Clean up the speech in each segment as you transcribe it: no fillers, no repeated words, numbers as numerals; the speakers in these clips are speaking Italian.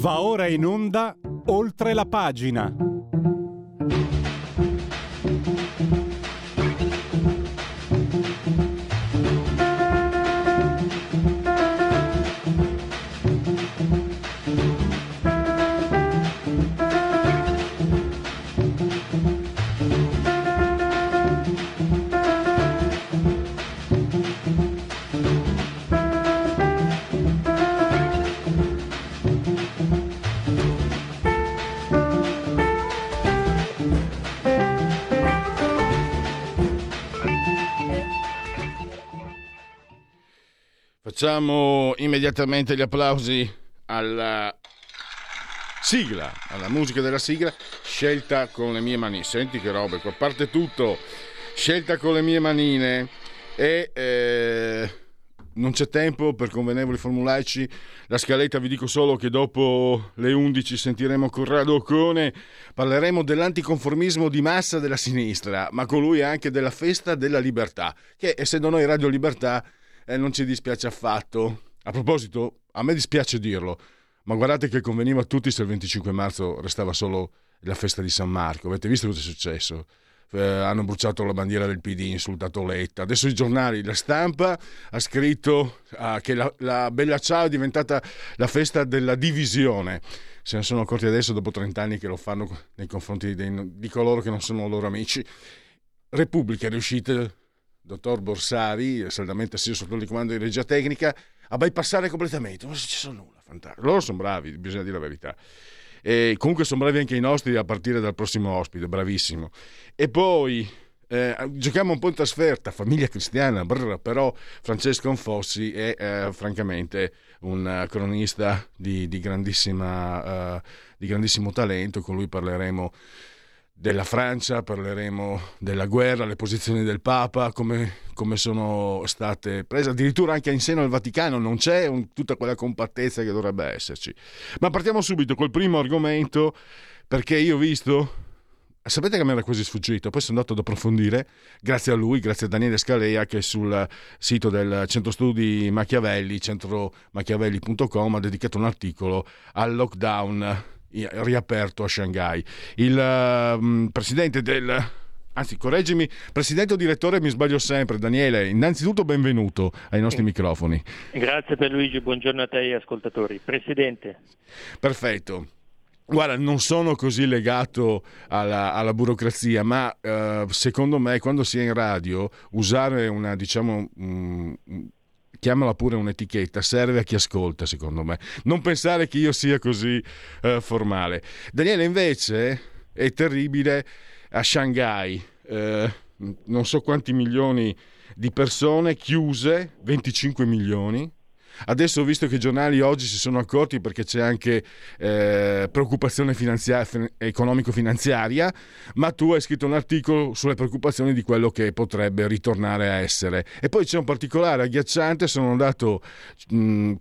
Va ora in onda Oltre la pagina. Facciamo immediatamente gli applausi alla sigla, alla musica della sigla, scelta con le mie manine. Senti che roba, qua parte tutto, scelta con le mie manine. E non c'è tempo per convenevoli formulaici. La scaletta, vi dico solo che dopo le 11 sentiremo Corrado Occone, parleremo dell'anticonformismo di massa della sinistra, ma con lui anche della festa della libertà, che essendo noi Radio Libertà non ci dispiace affatto. A proposito, a me dispiace dirlo, ma guardate che conveniva a tutti se il 25 marzo restava solo la festa di San Marco. Avete visto cosa è successo? Hanno bruciato la bandiera del PD, insultato Letta. Adesso i giornali, la stampa ha scritto che la Bella Ciao è diventata la festa della divisione. Se ne sono accorti adesso, dopo 30 anni, che lo fanno nei confronti di coloro che non sono loro amici. Repubblica è riuscita, dottor Borsari, saldamente assiso sotto il comando di regia tecnica, a bypassare completamente. Non è successo nulla, fantastico. Loro sono bravi, bisogna dire la verità. E comunque sono bravi anche i nostri, a partire dal prossimo ospite, bravissimo. E poi giochiamo un po' in trasferta, famiglia cristiana, però Francesco Anfossi è francamente un cronista di grandissimo talento. Con lui parleremo della Francia, parleremo della guerra, le posizioni del Papa, come sono state prese, addirittura anche in seno al Vaticano non c'è tutta quella compattezza che dovrebbe esserci. Ma partiamo subito col primo argomento, perché io ho visto, sapete che mi era quasi sfuggito, poi sono andato ad approfondire, grazie a lui, grazie a Daniele Scalea, che sul sito del Centro Studi Machiavelli, centromachiavelli.com, ha dedicato un articolo al lockdown riaperto a Shanghai. Il presidente correggimi, presidente o direttore, mi sbaglio sempre. Daniele, innanzitutto benvenuto ai nostri microfoni. Grazie per Luigi, buongiorno a te e ascoltatori. Presidente. Perfetto. Guarda, non sono così legato alla burocrazia, ma secondo me quando si è in radio usare una, diciamo, chiamala pure un'etichetta, serve a chi ascolta, secondo me. Non pensare che io sia così formale. Daniele, invece, è terribile a Shanghai. Non so quanti milioni di persone chiuse, 25 milioni. Adesso ho visto che i giornali oggi si sono accorti, perché c'è anche preoccupazione economico-finanziaria, ma tu hai scritto un articolo sulle preoccupazioni di quello che potrebbe ritornare a essere. E poi c'è un particolare agghiacciante, sono andato, non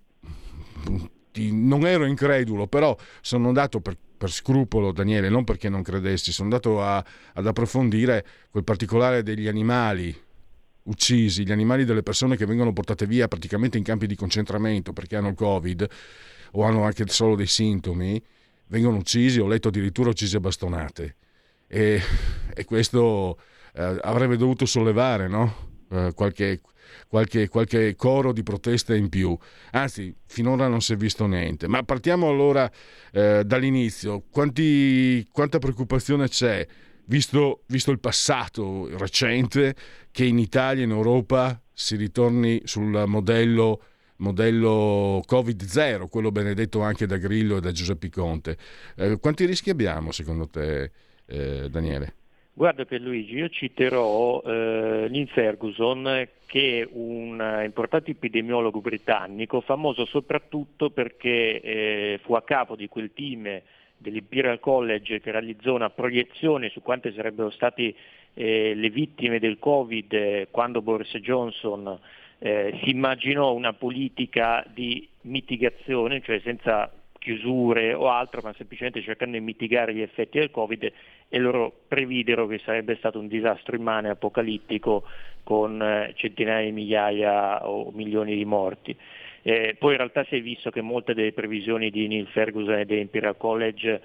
ero incredulo, però sono andato per scrupolo, Daniele, non perché non credessi, sono andato ad approfondire quel particolare degli animali uccisi, gli animali delle persone che vengono portate via praticamente in campi di concentramento perché hanno il Covid o hanno anche solo dei sintomi, vengono uccisi, ho letto addirittura uccisi a bastonate, e questo avrebbe dovuto sollevare, no? Qualche coro di protesta in più. Anzi, finora non si è visto niente. Ma partiamo allora dall'inizio. Quanta preoccupazione c'è, visto il passato recente, che in Italia e in Europa si ritorni sul modello Covid-0, quello benedetto anche da Grillo e da Giuseppe Conte. Quanti rischi abbiamo secondo te, Daniele? Guarda Pierluigi, io citerò Lynn Ferguson, che è un importante epidemiologo britannico, famoso soprattutto perché fu a capo di quel team dell'Imperial College che realizzò una proiezione su quante sarebbero state le vittime del Covid quando Boris Johnson si immaginò una politica di mitigazione, cioè senza chiusure o altro, ma semplicemente cercando di mitigare gli effetti del Covid, e loro previdero che sarebbe stato un disastro immane, apocalittico, con centinaia di migliaia o milioni di morti. Poi in realtà si è visto che molte delle previsioni di Neil Ferguson e dell'Imperial College,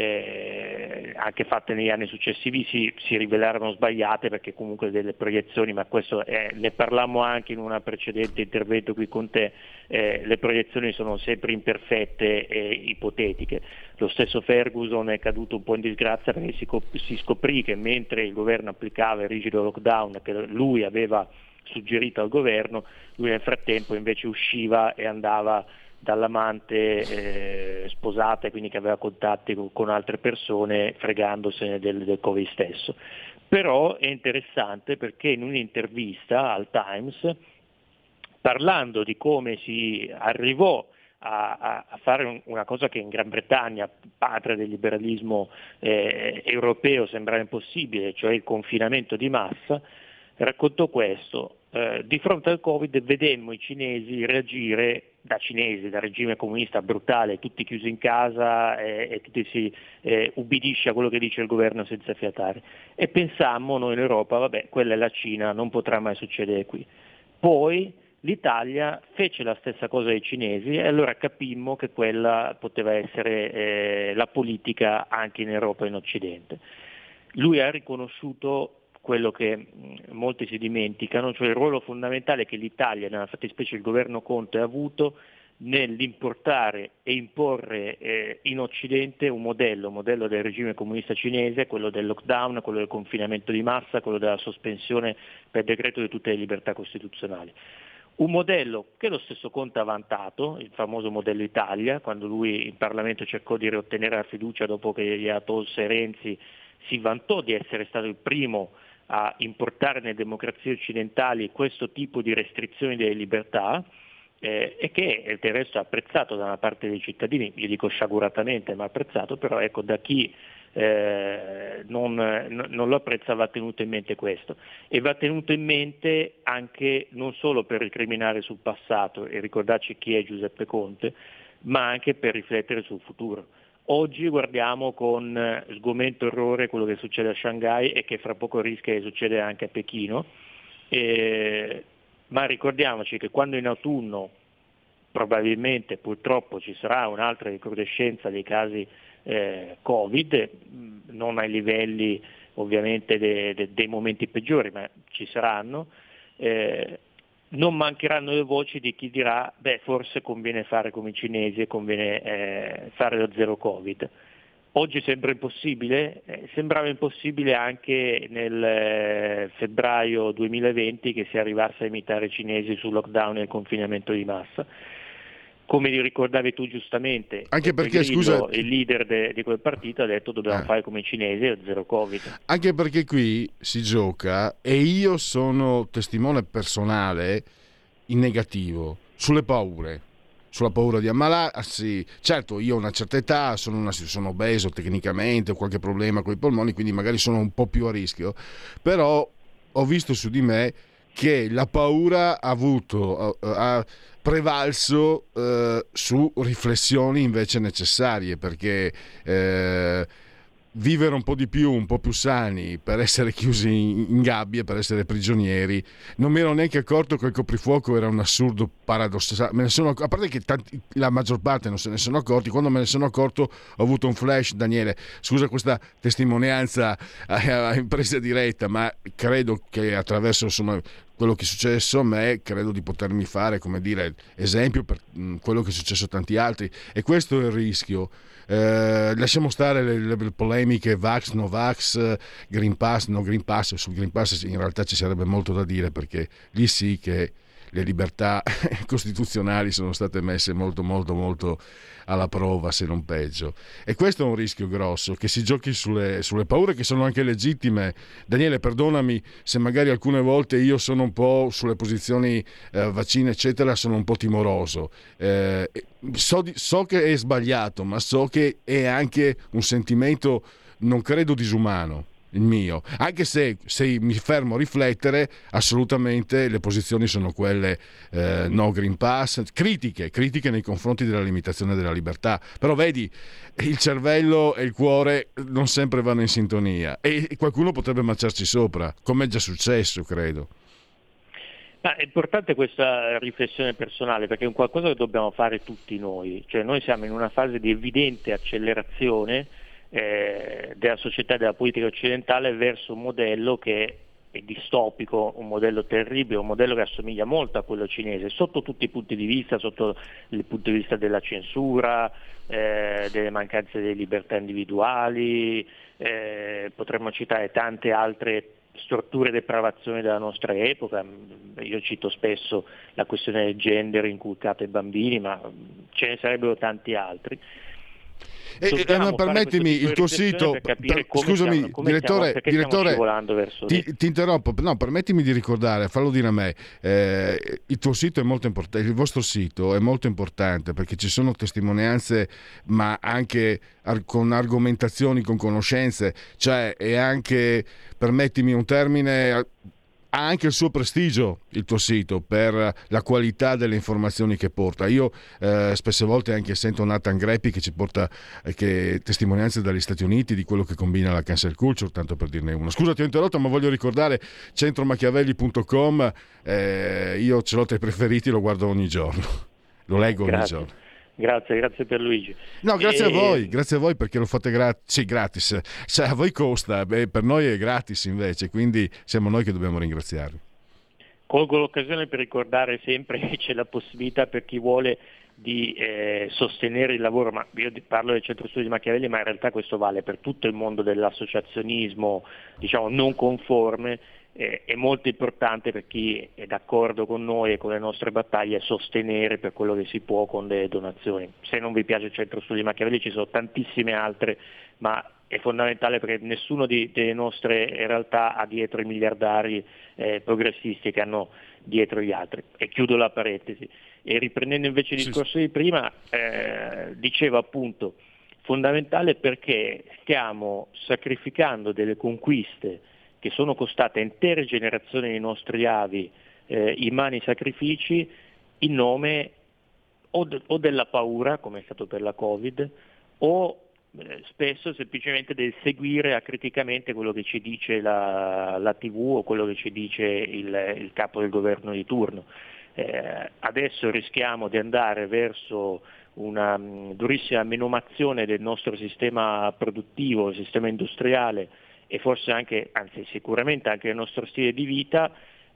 anche fatte negli anni successivi, si rivelarono sbagliate, perché comunque delle proiezioni, ma questo ne parlammo anche in un precedente intervento qui con te, le proiezioni sono sempre imperfette e ipotetiche. Lo stesso Ferguson è caduto un po' in disgrazia perché si scoprì che mentre il governo applicava il rigido lockdown che lui aveva suggerito al governo, lui nel frattempo invece usciva e andava dall'amante sposata, e quindi che aveva contatti con altre persone, fregandosene del Covid stesso. Però è interessante perché in un'intervista al Times, parlando di come si arrivò a fare una cosa che in Gran Bretagna, patria del liberalismo europeo, sembrava impossibile, cioè il confinamento di massa, raccontò questo: di fronte al Covid vedemmo i cinesi reagire, da cinesi, da regime comunista brutale, tutti chiusi in casa e tutti si ubbidisce a quello che dice il governo senza fiatare, e pensammo noi in Europa, vabbè, quella è la Cina, non potrà mai succedere qui. Poi l'Italia fece la stessa cosa ai cinesi e allora capimmo che quella poteva essere la politica anche in Europa e in Occidente. Lui ha riconosciuto quello che molti si dimenticano, cioè il ruolo fondamentale che l'Italia, nella fattispecie il governo Conte, ha avuto nell'importare e imporre in Occidente un modello del regime comunista cinese, quello del lockdown, quello del confinamento di massa, quello della sospensione per decreto di tutte le libertà costituzionali. Un modello che lo stesso Conte ha vantato, il famoso modello Italia, quando lui in Parlamento cercò di riottenere la fiducia dopo che gli ha tolse Renzi, si vantò di essere stato il primo a importare nelle democrazie occidentali questo tipo di restrizioni delle libertà, e che del resto è apprezzato da una parte dei cittadini, io dico sciaguratamente, ma apprezzato, però ecco, da chi non lo apprezza va tenuto in mente questo, e va tenuto in mente anche non solo per ricriminare sul passato e ricordarci chi è Giuseppe Conte, ma anche per riflettere sul futuro. Oggi guardiamo con sgomento e orrore quello che succede a Shanghai e che fra poco rischia di succedere anche a Pechino, ma ricordiamoci che quando in autunno probabilmente purtroppo ci sarà un'altra recrudescenza dei casi Covid, non ai livelli ovviamente dei momenti peggiori, ma ci saranno, non mancheranno le voci di chi dirà forse conviene fare come i cinesi e conviene fare lo zero Covid. Oggi sembra impossibile, sembrava impossibile anche nel febbraio 2020 che si arrivasse a imitare i cinesi sul lockdown e il confinamento di massa. Come ricordavi tu giustamente, anche perché, scusa, il leader di quel partito ha detto dobbiamo fare come i cinesi e zero Covid. Anche perché qui si gioca, e io sono testimone personale in negativo, sulle paure. Sulla paura di ammalarsi. Certo, io ho una certa età, sono obeso tecnicamente, ho qualche problema con i polmoni, quindi magari sono un po' più a rischio, però ho visto su di me che la paura ha prevalso su riflessioni invece necessarie, perché vivere un po' di più, un po' più sani, per essere chiusi in gabbie, per essere prigionieri. Non mi ero neanche accorto che il coprifuoco era un assurdo paradossale. A parte che la maggior parte non se ne sono accorti. Quando me ne sono accorto ho avuto un flash. Daniele, scusa questa testimonianza in presa diretta, ma credo che attraverso quello che è successo a me, credo di potermi fare, come dire, esempio per quello che è successo a tanti altri, e questo è il rischio. Lasciamo stare le polemiche vax, no vax, Green Pass, no Green Pass. Sul Green Pass in realtà ci sarebbe molto da dire, perché lì sì che le libertà costituzionali sono state messe molto molto molto alla prova, se non peggio, e questo è un rischio grosso, che si giochi sulle paure, che sono anche legittime. Daniele, perdonami se magari alcune volte io sono un po' sulle posizioni vaccine eccetera, sono un po' timoroso, so che è sbagliato, ma so che è anche un sentimento, non credo disumano, il mio, anche se mi fermo a riflettere, assolutamente le posizioni sono quelle no Green Pass, critiche nei confronti della limitazione della libertà, però vedi, il cervello e il cuore non sempre vanno in sintonia e qualcuno potrebbe marciarci sopra, come è già successo, credo. Ma è importante questa riflessione personale perché è un qualcosa che dobbiamo fare tutti noi, cioè noi siamo in una fase di evidente accelerazione della società e della politica occidentale verso un modello che è distopico, un modello terribile, un modello che assomiglia molto a quello cinese, sotto tutti i punti di vista, sotto il punto di vista della censura, delle mancanze delle libertà individuali, potremmo citare tante altre strutture e depravazioni della nostra epoca. Io cito spesso la questione del gender inculcato ai bambini, ma ce ne sarebbero tanti altri. Ma permettimi, il tuo sito, scusami, direttore, verso ti interrompo, no, permettimi di ricordare, fallo dire a me, il tuo sito è molto importante, il vostro sito è molto importante perché ci sono testimonianze, ma anche con argomentazioni, con conoscenze, cioè è anche, permettimi un termine, ha anche il suo prestigio il tuo sito per la qualità delle informazioni che porta. Io spesse volte anche sento Nathan Greppi che ci porta testimonianze dagli Stati Uniti di quello che combina la cancel culture, tanto per dirne uno. Scusa, ti ho interrotto, ma voglio ricordare centromachiavelli.com, io ce l'ho tra i preferiti, lo guardo ogni giorno, lo leggo ogni giorno. Grazie Pierluigi. No, grazie a voi perché lo fate gratis. Cioè, a voi costa, per noi è gratis invece, quindi siamo noi che dobbiamo ringraziarvi. Colgo l'occasione per ricordare sempre che c'è la possibilità per chi vuole di sostenere il lavoro, ma io parlo del Centro Studi di Machiavelli, ma in realtà questo vale per tutto il mondo dell'associazionismo, diciamo non conforme. È molto importante per chi è d'accordo con noi e con le nostre battaglie sostenere per quello che si può con delle donazioni. Se non vi piace il Centro Studi Machiavelli ci sono tantissime altre, ma è fondamentale perché nessuno delle nostre realtà ha dietro i miliardari progressisti che hanno dietro gli altri. E chiudo la parentesi. E riprendendo invece il discorso di prima, dicevo appunto fondamentale perché stiamo sacrificando delle conquiste che sono costate intere generazioni dei nostri avi immani sacrifici in nome o della paura, come è stato per la Covid, o spesso semplicemente del seguire acriticamente quello che ci dice la TV o quello che ci dice il capo del governo di turno. Adesso rischiamo di andare verso una durissima menomazione del nostro sistema produttivo, il sistema industriale, e forse anche, anzi sicuramente anche il nostro stile di vita,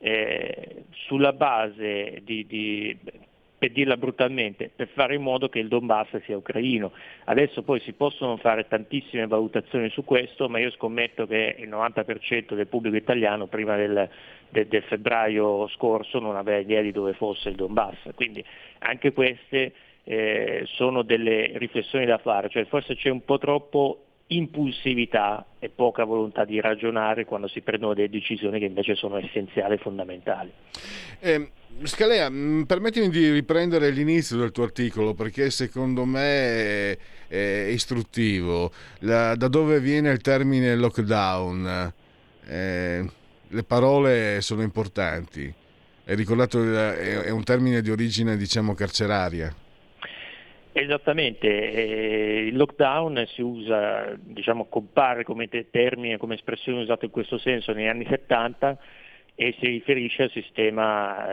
sulla base per dirla brutalmente, per fare in modo che il Donbass sia ucraino. Adesso poi si possono fare tantissime valutazioni su questo, ma io scommetto che il 90% del pubblico italiano prima del febbraio scorso non aveva idea di dove fosse il Donbass. Quindi anche queste sono delle riflessioni da fare, cioè forse c'è un po' troppo impulsività e poca volontà di ragionare quando si prendono delle decisioni che invece sono essenziali e fondamentali. Scalea, permettimi di riprendere l'inizio del tuo articolo perché secondo me è istruttivo. Da dove viene il termine lockdown? Le parole sono importanti. Hai ricordato, è un termine di origine, diciamo, carceraria. Esattamente, il lockdown si usa, diciamo, compare come termine, come espressione usata in questo senso negli anni 70 e si riferisce al sistema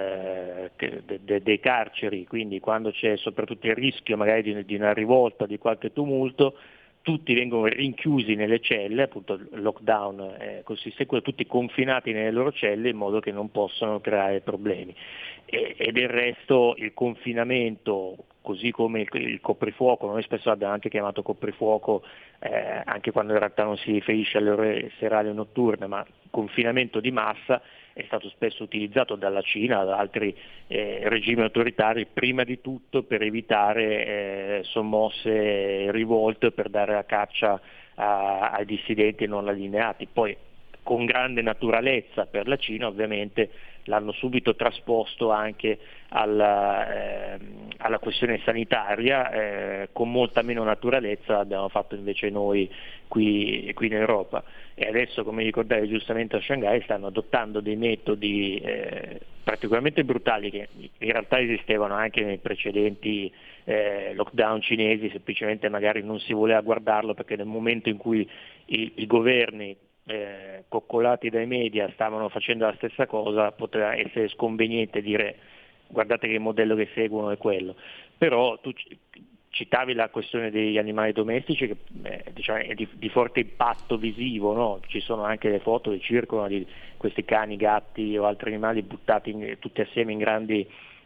dei carceri, quindi quando c'è soprattutto il rischio magari di una rivolta, di qualche tumulto, tutti vengono rinchiusi nelle celle, appunto il lockdown consiste in quello, tutti confinati nelle loro celle in modo che non possano creare problemi. E del resto il confinamento, così come il coprifuoco, noi spesso l'abbiamo anche chiamato coprifuoco anche quando in realtà non si riferisce alle ore serali o notturne, ma confinamento di massa è stato spesso utilizzato dalla Cina, da altri regimi autoritari, prima di tutto per evitare sommosse rivolte, per dare la caccia ai dissidenti non allineati. Poi con grande naturalezza per la Cina ovviamente l'hanno subito trasposto anche alla questione sanitaria, con molta meno naturalezza l'abbiamo fatto invece noi qui in Europa, e adesso, come ricordavi giustamente, a Shanghai stanno adottando dei metodi particolarmente brutali che in realtà esistevano anche nei precedenti lockdown cinesi, semplicemente magari non si voleva guardarlo perché nel momento in cui i governi coccolati dai media stavano facendo la stessa cosa, poteva essere sconveniente dire guardate che il modello che seguono è quello. Però tu citavi la questione degli animali domestici che diciamo, è di forte impatto visivo, no? Ci sono anche le foto che circolano di questi cani, gatti o altri animali buttati tutti assieme in grandi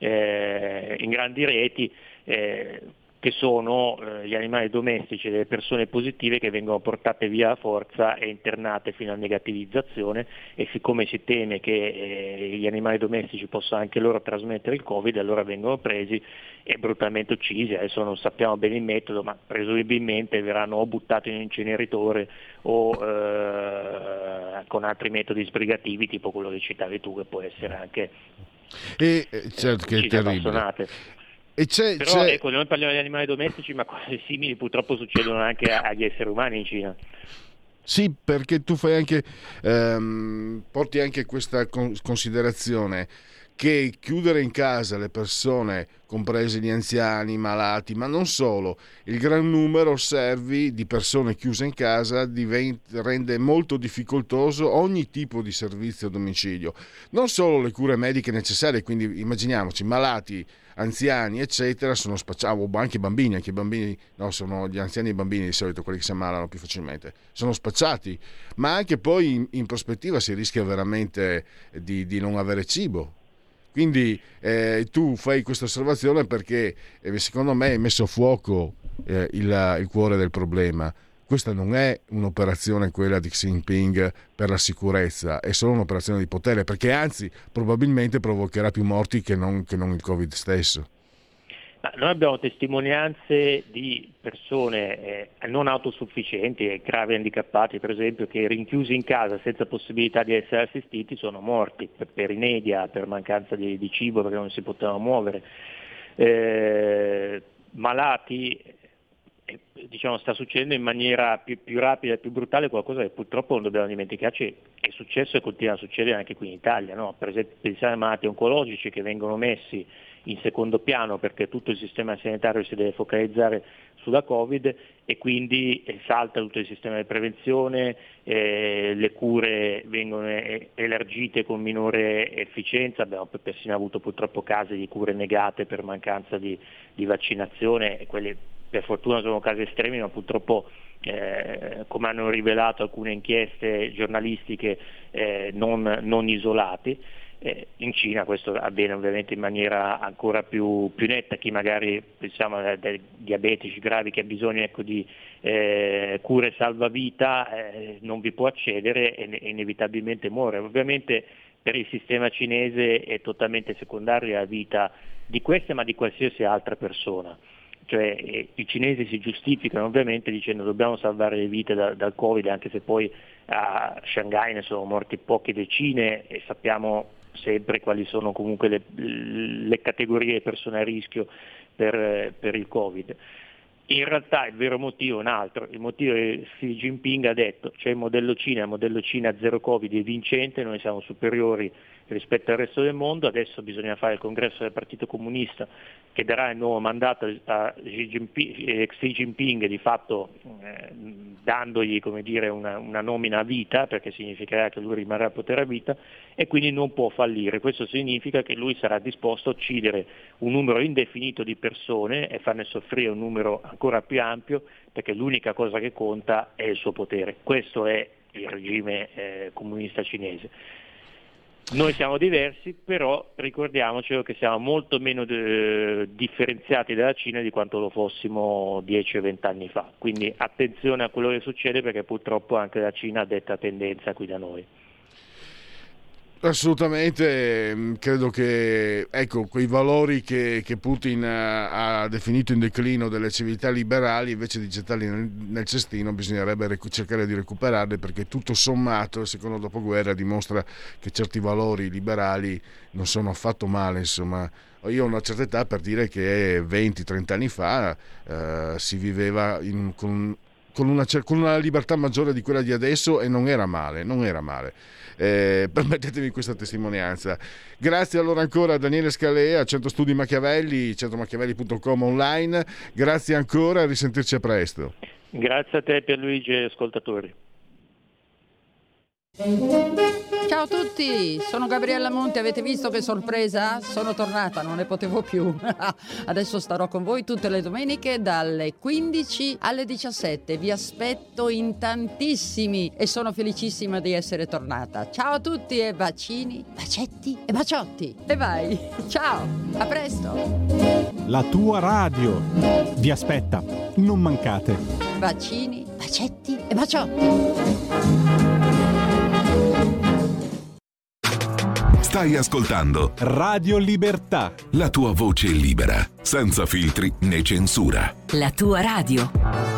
reti, che sono gli animali domestici delle persone positive che vengono portate via a forza e internate fino a negativizzazione, e siccome si teme che gli animali domestici possano anche loro trasmettere il Covid, allora vengono presi e brutalmente uccisi. Adesso non sappiamo bene il metodo, ma presumibilmente verranno o buttati in un inceneritore o con altri metodi sbrigativi, tipo quello che citavi tu, che può essere anche certo che è terribile. Però ecco, noi parliamo di animali domestici, ma cose simili purtroppo succedono anche agli esseri umani in Cina. Sì, perché tu fai anche porti anche questa considerazione che chiudere in casa le persone, compresi gli anziani, i malati, ma non solo, il gran numero osservi di persone chiuse in casa rende molto difficoltoso ogni tipo di servizio a domicilio, non solo le cure mediche necessarie, quindi immaginiamoci malati, anziani eccetera sono spacciati, o anche i bambini no, sono gli anziani e i bambini di solito quelli che si ammalano più facilmente, sono spacciati, ma anche poi in prospettiva si rischia veramente di non avere cibo. Quindi tu fai questa osservazione perché secondo me hai messo a fuoco il cuore del problema. Questa non è un'operazione quella di Xi Jinping per la sicurezza, è solo un'operazione di potere, perché anzi probabilmente provocherà più morti che non il Covid stesso. Ma noi abbiamo testimonianze di persone non autosufficienti e gravi handicappati, per esempio, che rinchiusi in casa senza possibilità di essere assistiti sono morti per inedia, per mancanza di cibo, perché non si potevano muovere. Malati, diciamo, sta succedendo in maniera più rapida e più brutale qualcosa che purtroppo non dobbiamo dimenticarci, è successo e continua a succedere anche qui in Italia, no? Per esempio pensiamo ai malati oncologici che vengono messi in secondo piano perché tutto il sistema sanitario si deve focalizzare sulla Covid e quindi salta tutto il sistema di prevenzione, le cure vengono elargite con minore efficienza, abbiamo persino avuto purtroppo casi di cure negate per mancanza di vaccinazione, e quelli per fortuna sono casi estremi, ma purtroppo come hanno rivelato alcune inchieste giornalistiche non isolati. In Cina questo avviene ovviamente in maniera ancora più netta. Chi magari pensiamo dai diabetici gravi che ha bisogno di cure salvavita non vi può accedere e inevitabilmente muore. Ovviamente per il sistema cinese è totalmente secondaria la vita di queste ma di qualsiasi altra persona. Cioè i cinesi si giustificano ovviamente dicendo dobbiamo salvare le vite dal Covid, anche se poi a Shanghai ne sono morti poche decine e sappiamo sempre quali sono comunque le categorie di persone a rischio per il Covid. In realtà il vero motivo è un altro, il motivo è che Xi Jinping ha detto c'è il modello Cina zero Covid è vincente, noi siamo superiori rispetto al resto del mondo, adesso bisogna fare il congresso del Partito Comunista che darà il nuovo mandato a Xi Jinping di fatto dandogli, come dire, una nomina a vita, perché significherà che lui rimarrà a potere a vita e quindi non può fallire. Questo significa che lui sarà disposto a uccidere un numero indefinito di persone e farne soffrire un numero ancora più ampio, perché l'unica cosa che conta è il suo potere. Questo è il regime comunista cinese. Noi siamo diversi, però ricordiamoci che siamo molto meno differenziati dalla Cina di quanto lo fossimo 10 o 20 anni fa. Quindi attenzione a quello che succede, perché purtroppo anche la Cina ha detta tendenza qui da noi. Assolutamente, credo che quei valori che Putin ha definito in declino delle civiltà liberali, invece di gettarli nel cestino bisognerebbe cercare di recuperarli, perché tutto sommato il secondo dopoguerra dimostra che certi valori liberali non sono affatto male. Insomma, io ho una certa età per dire che 20-30 anni fa si viveva con una libertà maggiore di quella di adesso e non era male. Permettetemi questa testimonianza. Grazie allora ancora a Daniele Scalea, Centro Studi Machiavelli, centromachiavelli.com online. Grazie ancora, a risentirci a presto. Grazie a te Pierluigi e ascoltatori. Ciao a tutti, sono Gabriella Monti, avete visto che sorpresa? Sono tornata, non ne potevo più. Adesso starò con voi tutte le domeniche dalle 15 alle 17, vi aspetto in tantissimi e sono felicissima di essere tornata. Ciao a tutti e bacini, bacetti e baciotti. E vai, ciao, a presto. La tua radio vi aspetta, non mancate. Bacini, bacetti e baciotti. Stai ascoltando Radio Libertà. la tua voce libera, senza filtri né censura. La tua radio.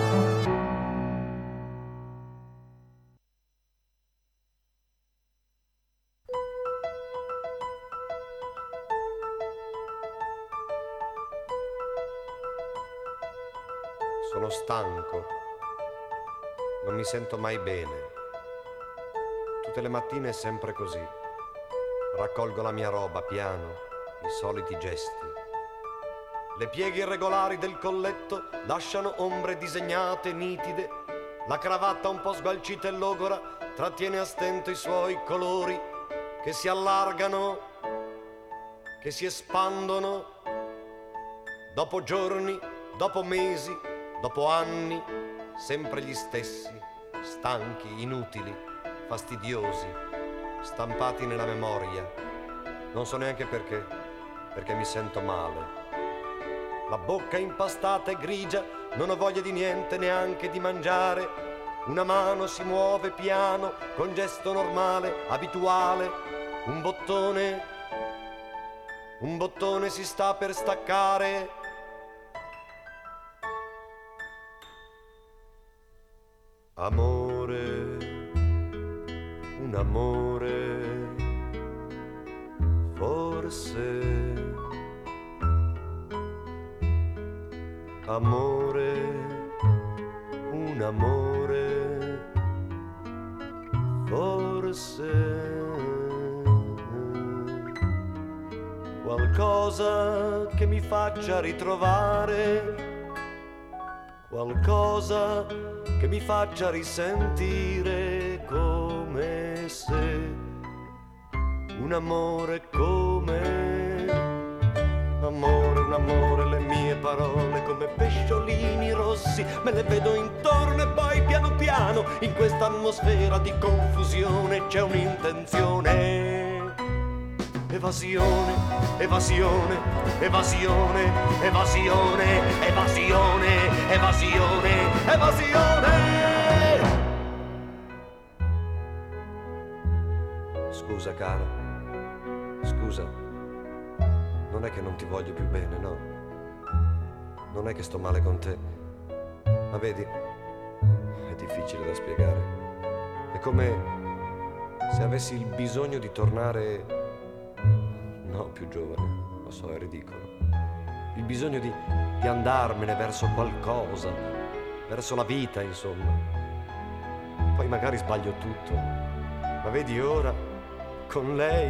Sono stanco, non mi sento mai bene. Tutte le mattine è sempre così. Raccolgo la mia roba piano, i soliti gesti. Le pieghe irregolari del colletto lasciano ombre disegnate nitide. La cravatta un po' sgualcita e logora trattiene a stento i suoi colori che si allargano, che si espandono. Dopo giorni, dopo mesi, dopo anni, sempre gli stessi, stanchi, inutili, fastidiosi, stampati nella memoria. Non so neanche perché mi sento male. La bocca impastata e grigia, non ho voglia di niente, neanche di mangiare. Una mano si muove piano, con gesto normale, abituale. Un bottone si sta per staccare. Amore, un amore, forse. Amore, un amore, forse. Qualcosa che mi faccia ritrovare, qualcosa che mi faccia risentire come se un amore come amore, un amore, le mie parole come pesciolini rossi, me le vedo intorno e poi piano piano in questa atmosfera di confusione c'è un'intenzione. Evasione, evasione, evasione, evasione, evasione, evasione, evasione. Scusa cara, scusa, non è che non ti voglio più bene, no? Non è che sto male con te, ma vedi, è difficile da spiegare. È come se avessi il bisogno di tornare, no, più giovane, lo so, è ridicolo. Il bisogno di andarmene verso qualcosa, verso la vita, insomma. Poi magari sbaglio tutto, ma vedi ora, con lei,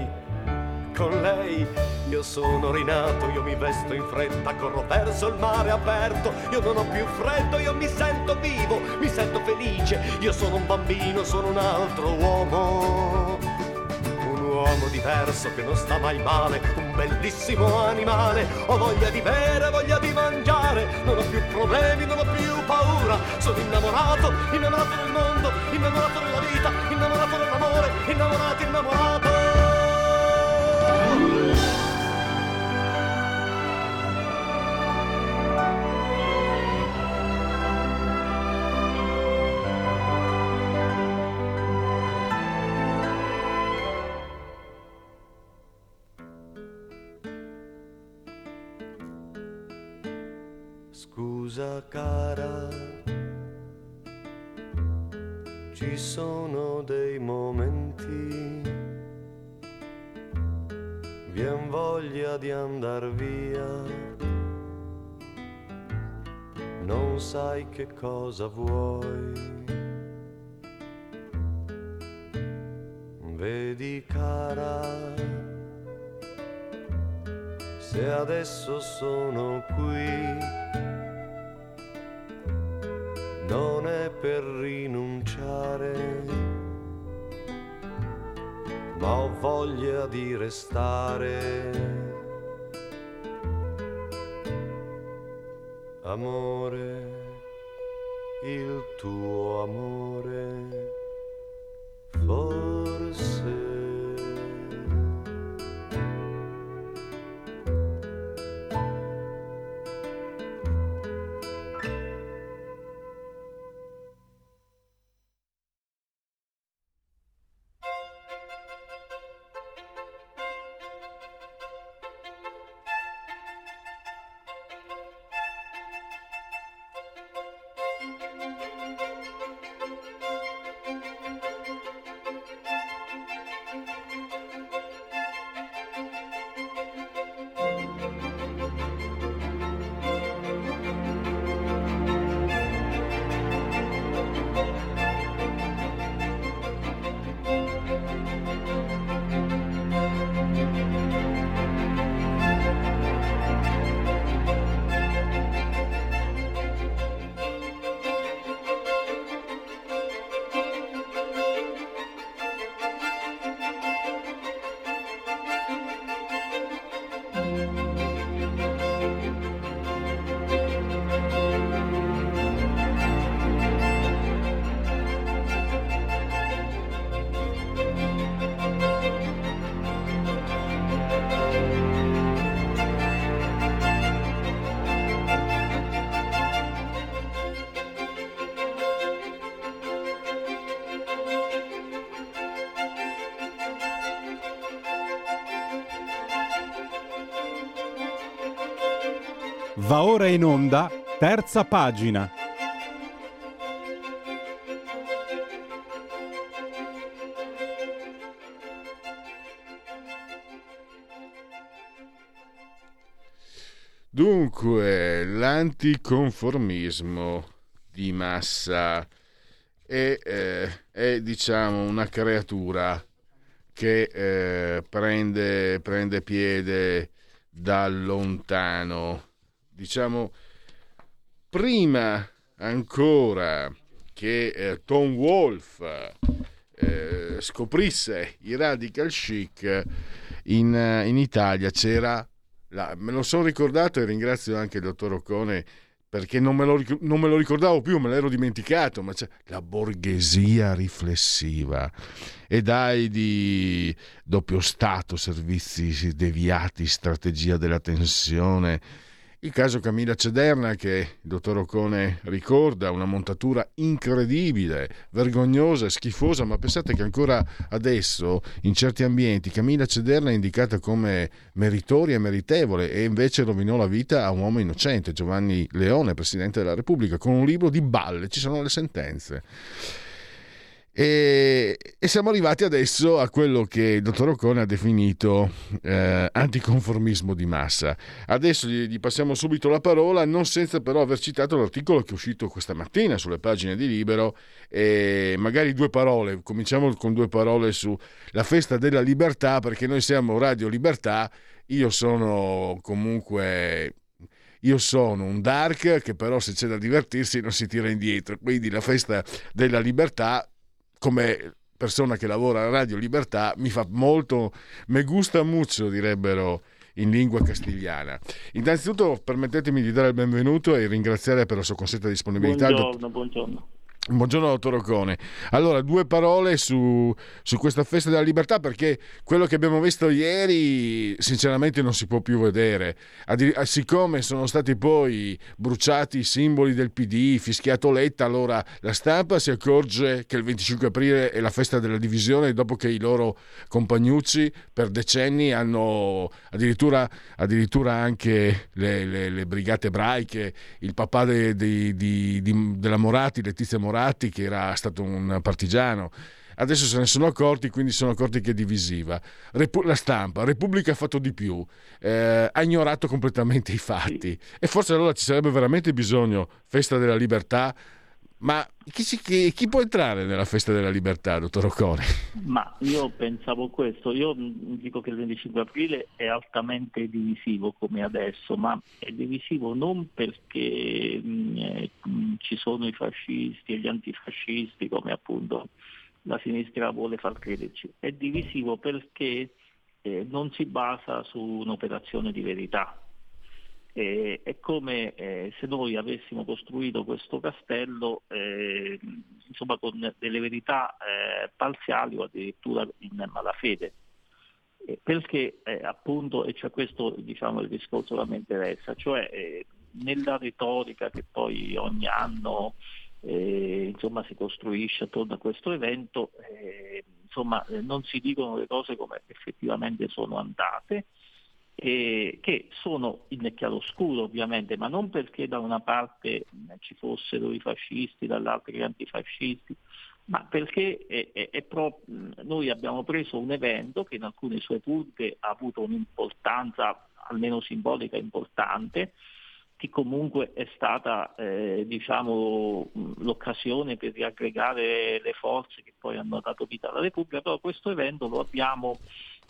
io sono rinato, io mi vesto in fretta, corro verso il mare aperto, io non ho più freddo, io mi sento vivo, mi sento felice, io sono un bambino, sono un altro uomo. Un uomo diverso che non sta mai male, un bellissimo animale, ho voglia di bere, voglia di mangiare, non ho più problemi, non ho più paura, sono innamorato, innamorato del mondo, innamorato della vita, innamorato dell'amore, innamorato, innamorato. Scusa cara, ci sono dei momenti, vien voglia di andar via, non sai che cosa vuoi. Vedi cara, se adesso sono qui, non è per rinunciare, ma ho voglia di restare. Amore, il tuo amore, forse Va ora in onda, terza pagina. Dunque, l'anticonformismo di massa è diciamo una creatura che prende piede da lontano. Diciamo, prima ancora che Tom Wolfe scoprisse i radical chic in Italia c'era, me lo sono ricordato e ringrazio anche il dottor Occone perché non me lo ricordavo più, me l'ero dimenticato, ma c'è la borghesia riflessiva e dai di doppio stato, servizi deviati, strategia della tensione. Il caso Camilla Cederna, che il dottor Occone ricorda, una montatura incredibile, vergognosa e schifosa, ma pensate che ancora adesso in certi ambienti Camilla Cederna è indicata come meritoria e meritevole e invece rovinò la vita a un uomo innocente, Giovanni Leone, Presidente della Repubblica, con un libro di balle, ci sono le sentenze. E siamo arrivati adesso a quello che il dottor Occone ha definito anticonformismo di massa. Adesso gli passiamo subito la parola, non senza però aver citato l'articolo che è uscito questa mattina sulle pagine di Libero, e magari due parole, cominciamo con due parole su la festa della libertà, perché noi siamo Radio Libertà. Io sono un dark che però se c'è da divertirsi non si tira indietro, quindi la festa della libertà, come persona che lavora a Radio Libertà, mi fa molto, me gusta mucho, direbbero in lingua castigliana. Innanzitutto permettetemi di dare il benvenuto e ringraziare per la sua consenta disponibilità. Buongiorno. Buongiorno dottor Occone. Allora, due parole su questa festa della libertà, perché quello che abbiamo visto ieri sinceramente non si può più vedere. Siccome sono stati poi bruciati i simboli del PD, fischiato Letta, allora la stampa si accorge che il 25 aprile è la festa della divisione, dopo che i loro compagnucci per decenni hanno addirittura anche le brigate ebraiche, il papà della Moratti, Letizia Moratti, che era stato un partigiano. Adesso se ne sono accorti, quindi sono accorti che è divisiva. La stampa, Repubblica ha fatto di più, ha ignorato completamente i fatti. E forse allora ci sarebbe veramente bisogno, festa della libertà. Ma chi può entrare nella festa della libertà, dottor Occone? Ma io pensavo questo, io dico che il 25 aprile è altamente divisivo come adesso, ma è divisivo non perché ci sono i fascisti e gli antifascisti, come appunto la sinistra vuole far crederci. È divisivo perché non si basa su un'operazione di verità. È come se noi avessimo costruito questo castello insomma, con delle verità parziali o addirittura in malafede. Perché appunto, e cioè questo diciamo il discorso che mi interessa, cioè nella retorica che poi ogni anno insomma si costruisce attorno a questo evento, insomma non si dicono le cose come effettivamente sono andate, che sono in chiaroscuro ovviamente, ma non perché da una parte ci fossero i fascisti, dall'altra gli antifascisti, ma perché noi abbiamo preso un evento che in alcune sue punte ha avuto un'importanza almeno simbolica importante, che comunque è stata diciamo l'occasione per riaggregare le forze che poi hanno dato vita alla Repubblica, però questo evento lo abbiamo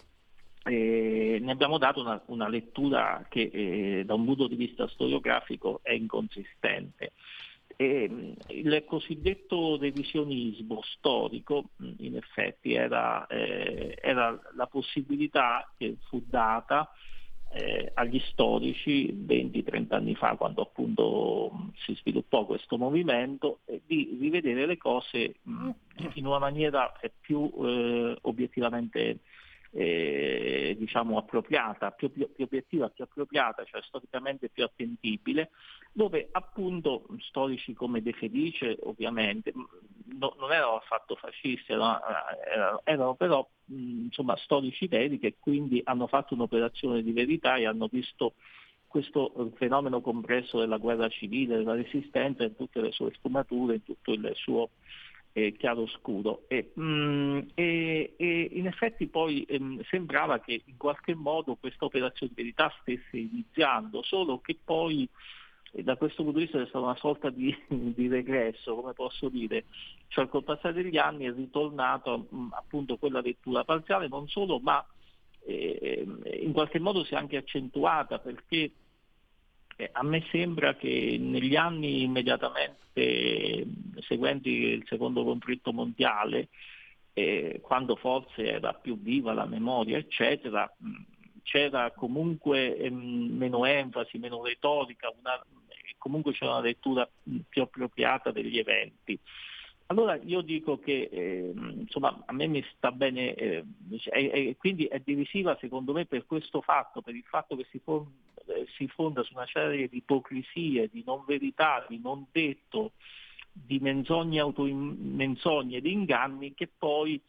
ne abbiamo dato una lettura che da un punto di vista storiografico è inconsistente. Il cosiddetto revisionismo storico in effetti era la possibilità che fu data agli storici 20-30 anni fa, quando appunto si sviluppò questo movimento, di rivedere le cose in una maniera più obiettivamente diciamo appropriata, più obiettiva, più appropriata, cioè storicamente più attendibile, dove appunto storici come De Felice ovviamente non erano affatto fascisti, erano però insomma storici veri, che quindi hanno fatto un'operazione di verità e hanno visto questo fenomeno complesso della guerra civile, della resistenza in tutte le sue sfumature, in tutto il suo chiaroscuro. E in effetti poi sembrava che in qualche modo questa operazione di verità stesse iniziando, solo che poi da questo punto di vista è stata una sorta di regresso, come posso dire, cioè col passare degli anni è ritornato appunto quella lettura parziale, non solo, ma in qualche modo si è anche accentuata, perché a me sembra che negli anni immediatamente seguenti il secondo conflitto mondiale, quando forse era più viva la memoria, eccetera, c'era comunque meno enfasi, meno retorica, comunque c'era una lettura più appropriata degli eventi. Allora io dico che insomma a me mi sta bene, e quindi è divisiva secondo me per questo fatto, per il fatto che si fonda su una serie di ipocrisie, di non verità, di non detto, di menzogne, menzogne, di inganni, che poi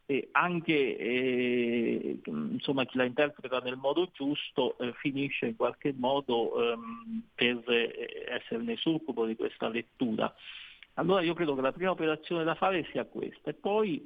anche insomma chi la interpreta nel modo giusto finisce in qualche modo per esserne succubo di questa lettura. Allora io credo che la prima operazione da fare sia questa, e poi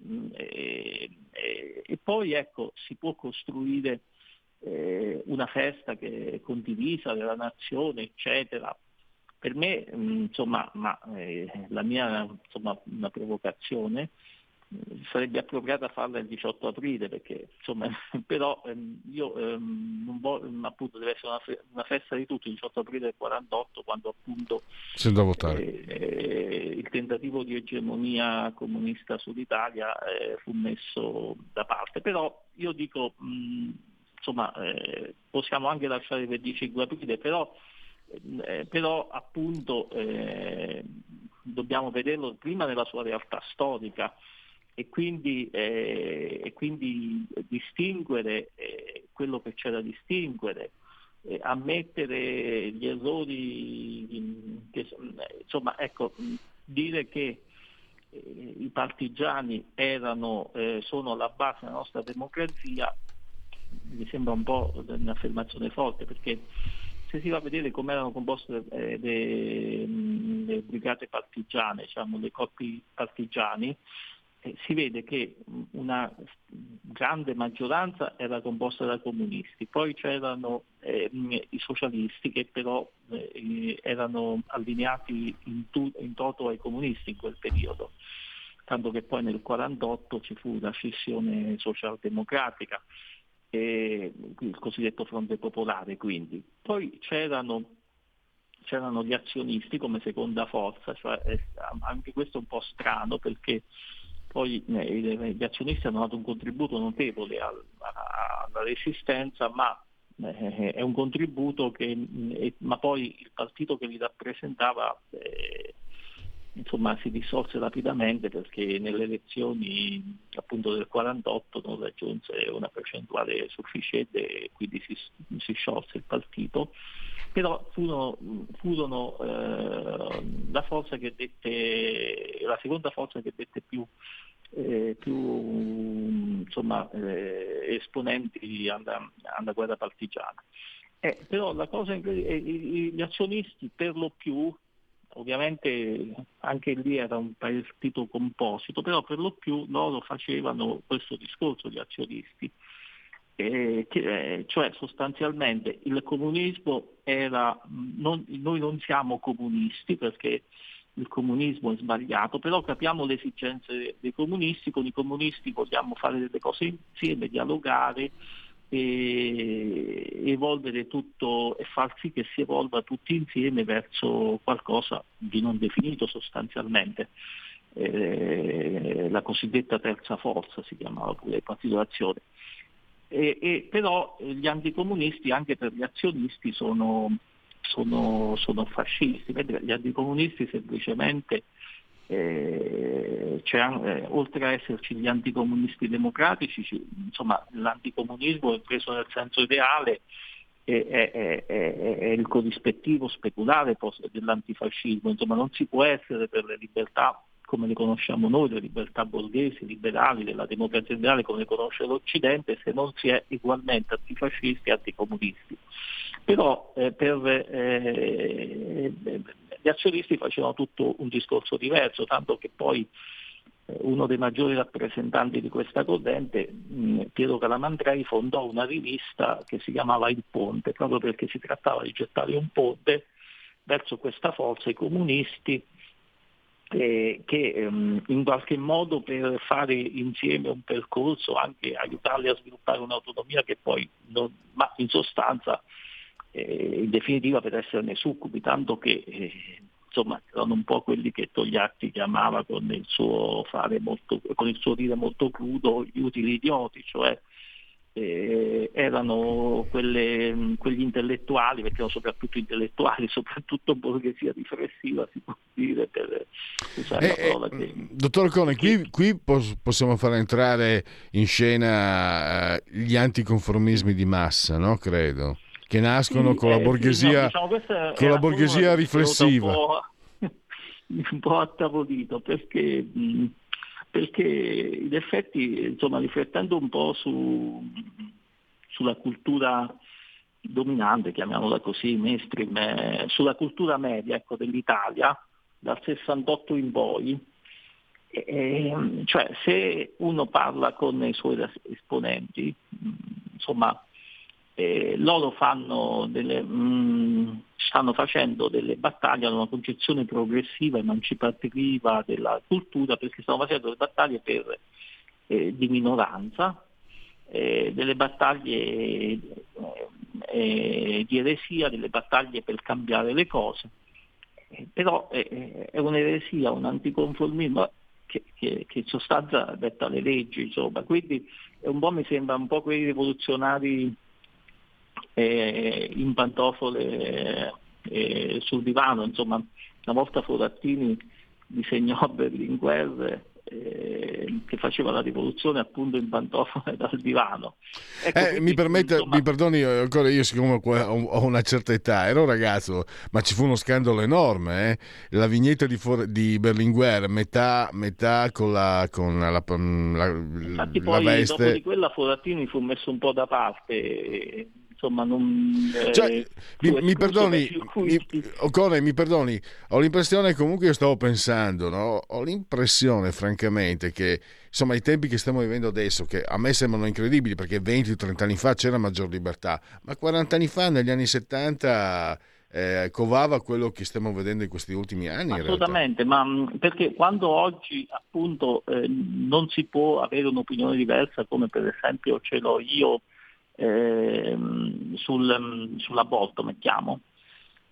ecco, si può costruire una festa che è condivisa della nazione, eccetera. Per me, insomma, la mia insomma una provocazione, sarebbe appropriata farla il 18 aprile, perché insomma però io non voglio, appunto deve essere una festa di tutti il 18 aprile del 48, quando appunto c'è da votare. Il tentativo di egemonia comunista sull'Italia fu messo da parte. Però io dico insomma possiamo anche lasciare il 25 aprile, però appunto dobbiamo vederlo prima nella sua realtà storica, e quindi distinguere quello che c'è da distinguere, ammettere gli errori, insomma ecco, dire che i partigiani sono la base della nostra democrazia mi sembra un po' un'affermazione forte, perché se si va a vedere come erano composte le brigate partigiane, diciamo le corpi partigiani, si vede che una grande maggioranza era composta da comunisti, poi c'erano i socialisti che però erano allineati in toto ai comunisti in quel periodo, tanto che poi nel 1948 ci fu la scissione socialdemocratica, il cosiddetto fronte popolare. Quindi poi c'erano gli azionisti come seconda forza, cioè anche questo è un po' strano, perché poi gli azionisti hanno dato un contributo notevole alla resistenza, ma è un contributo ma poi il partito che li rappresentava insomma si dissolse rapidamente, perché nelle elezioni appunto del 48 non raggiunse una percentuale sufficiente e quindi si sciolse il partito. Però furono la seconda forza che dette più insomma, esponenti alla guerra partigiana. Però la cosa gli azionisti per lo più, ovviamente anche lì era un partito composito, però per lo più loro facevano questo discorso, gli azionisti, cioè sostanzialmente il comunismo noi non siamo comunisti perché il comunismo è sbagliato, però capiamo le esigenze dei comunisti, con i comunisti vogliamo fare delle cose insieme, dialogare, e evolvere tutto e far sì che si evolva tutti insieme verso qualcosa di non definito sostanzialmente. La cosiddetta terza forza si chiamava pure il Partito d'Azione. Però gli anticomunisti anche per gli azionisti sono fascisti, mentre gli anticomunisti semplicemente oltre a esserci gli anticomunisti democratici, insomma l'anticomunismo è preso nel senso ideale, è il corrispettivo speculare dell'antifascismo, insomma non si può essere per le libertà come le conosciamo noi, le libertà borghesi, liberali, della democrazia generale come le conosce l'Occidente, se non si è ugualmente antifascisti e anticomunisti. Però gli azionisti facevano tutto un discorso diverso, tanto che poi uno dei maggiori rappresentanti di questa corrente, Piero Calamandrei, fondò una rivista che si chiamava Il Ponte, proprio perché si trattava di gettare un ponte verso questa forza, i comunisti, che in qualche modo per fare insieme un percorso, anche aiutarli a sviluppare un'autonomia che poi ma in sostanza in definitiva per esserne succubi, tanto che insomma erano un po' quelli che Togliatti chiamava con il suo dire molto crudo gli utili idioti, cioè erano quegli intellettuali, perché erano soprattutto intellettuali, soprattutto borghesia riflessiva, si può dire, per usare la parola che... Dottor Cone, qui possiamo far entrare in scena gli anticonformismi di massa, no? Credo, che nascono con la borghesia, sì, no, diciamo, con la borghesia riflessiva. Un po' attavolito, perché in effetti, insomma, riflettendo un po' sulla cultura dominante, chiamiamola così, mainstream, sulla cultura media, ecco, dell'Italia, dal 68 in poi, cioè se uno parla con i suoi esponenti, insomma, loro stanno facendo delle battaglie, hanno una concezione progressiva, emancipativa della cultura, perché stanno facendo delle battaglie di minoranza, delle battaglie di eresia, delle battaglie per cambiare le cose, però è un'eresia, un anticonformismo che in sostanza detta le leggi, insomma, quindi mi sembra un po' quei rivoluzionari in pantofole sul divano, insomma. Una volta Forattini disegnò Berlinguer che faceva la rivoluzione appunto in pantofole dal divano. Ecco, mi perdoni ancora, io siccome ho una certa età, ero ragazzo, ma ci fu uno scandalo enorme, la vignetta di Berlinguer metà con la infatti poi veste. dopo di quella Forattini fu messo un po' da parte, insomma, mi perdoni, Ocone, mi perdoni, ho l'impressione, comunque io stavo pensando, no? Ho l'impressione francamente che insomma i tempi che stiamo vivendo adesso, che a me sembrano incredibili, perché 20-30 anni fa c'era maggior libertà, ma 40 anni fa, negli anni 70 covava quello che stiamo vedendo in questi ultimi anni. Assolutamente, ma perché quando oggi appunto non si può avere un'opinione diversa, come per esempio ce l'ho io sull'aborto, mettiamo,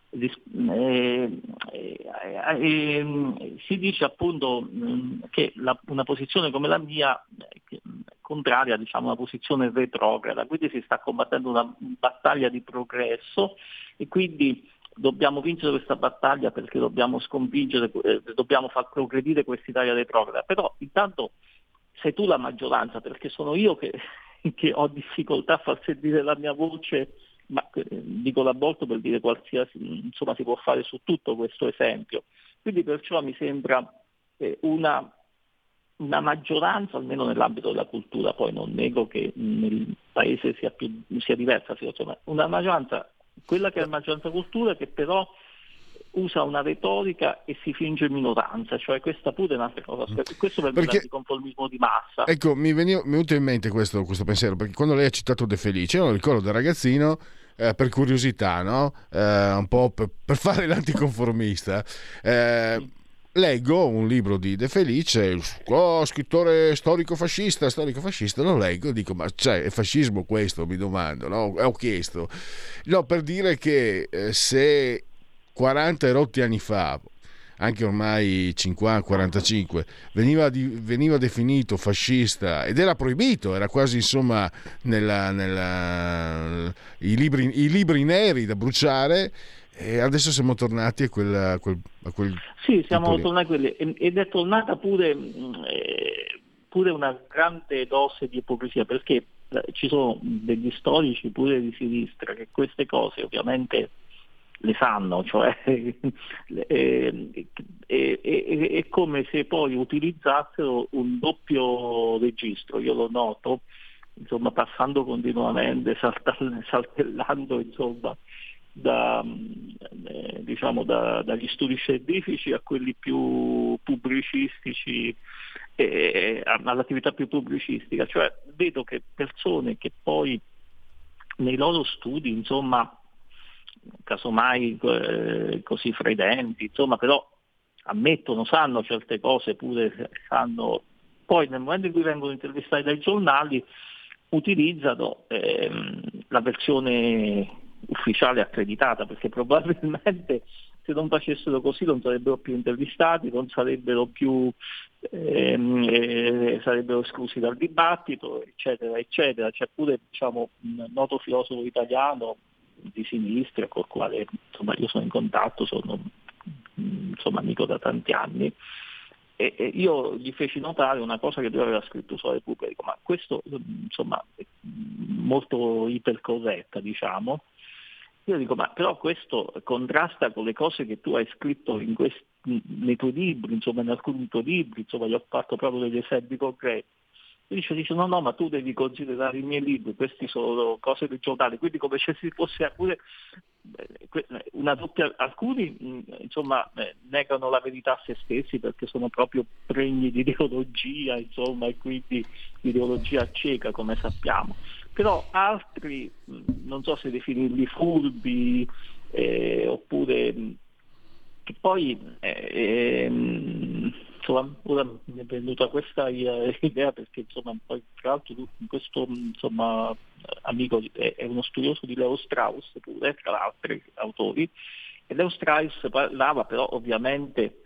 si dice appunto che una posizione come la mia contraria, diciamo, una posizione retrograda, quindi si sta combattendo una battaglia di progresso e quindi dobbiamo vincere questa battaglia perché dobbiamo sconfiggere, dobbiamo far progredire quest'Italia retrograda. Però intanto sei tu la maggioranza, perché sono io che ho difficoltà a far sentire la mia voce, ma dico l'aborto per dire qualsiasi, insomma si può fare su tutto questo esempio. Quindi perciò mi sembra una maggioranza, almeno nell'ambito della cultura, poi non nego che nel paese sia diversa la situazione, una maggioranza, quella che è la maggioranza cultura, che però usa una retorica e si finge minoranza, cioè questa pure è un'altra cosa. Questo per me è l'anticonformismo di massa. Ecco, mi è venuto in mente questo pensiero, perché quando lei ha citato De Felice, io lo ricordo da ragazzino, per curiosità, no? Un po' per fare l'anticonformista. Leggo un libro di De Felice, scrittore storico fascista, lo leggo e dico, ma cioè, è fascismo questo, mi domando, no? Ho chiesto. No, per dire che se 40 e rotti anni fa, anche ormai 50, 45, veniva definito fascista ed era proibito, era quasi insomma i libri neri da bruciare, e adesso siamo tornati a quel sì, siamo tornati a quelli, ed è tornata pure una grande dose di ipocrisia, perché ci sono degli storici pure di sinistra che queste cose ovviamente le sanno, cioè è come se poi utilizzassero un doppio registro. Io lo noto, insomma, passando continuamente, saltellando, insomma, dagli studi scientifici a quelli più pubblicistici, all'attività più pubblicistica. Cioè vedo che persone che poi nei loro studi, insomma, casomai così fredenti, insomma, però ammettono, sanno certe cose, pure sanno, poi nel momento in cui vengono intervistati dai giornali utilizzano la versione ufficiale accreditata, perché probabilmente se non facessero così non sarebbero più intervistati, non sarebbero più sarebbero esclusi dal dibattito, eccetera eccetera. C'è pure, diciamo, un noto filosofo italiano di sinistra col quale, insomma, io sono in contatto, sono, insomma, amico da tanti anni, e io gli feci notare una cosa che lui aveva scritto su Repubblica. Dico, ma questo, insomma, è molto ipercorretta, diciamo. Io dico, ma però questo contrasta con le cose che tu hai scritto nei tuoi libri, insomma, in alcuni tuoi libri, insomma, gli ho fatto proprio degli esempi concreti. E dice no, ma tu devi considerare i miei libri, questi sono cose del giornale, quindi come se si fosse pure una doppia. Alcuni, insomma, negano la verità a se stessi perché sono proprio pregni di ideologia, insomma, e quindi ideologia cieca, come sappiamo. Però altri, non so se definirli furbi, oppure che poi insomma, ora mi è venuta questa idea perché, insomma, poi tra l'altro questo, insomma, amico è uno studioso di Leo Strauss pure, tra altri autori, e Leo Strauss parlava, però ovviamente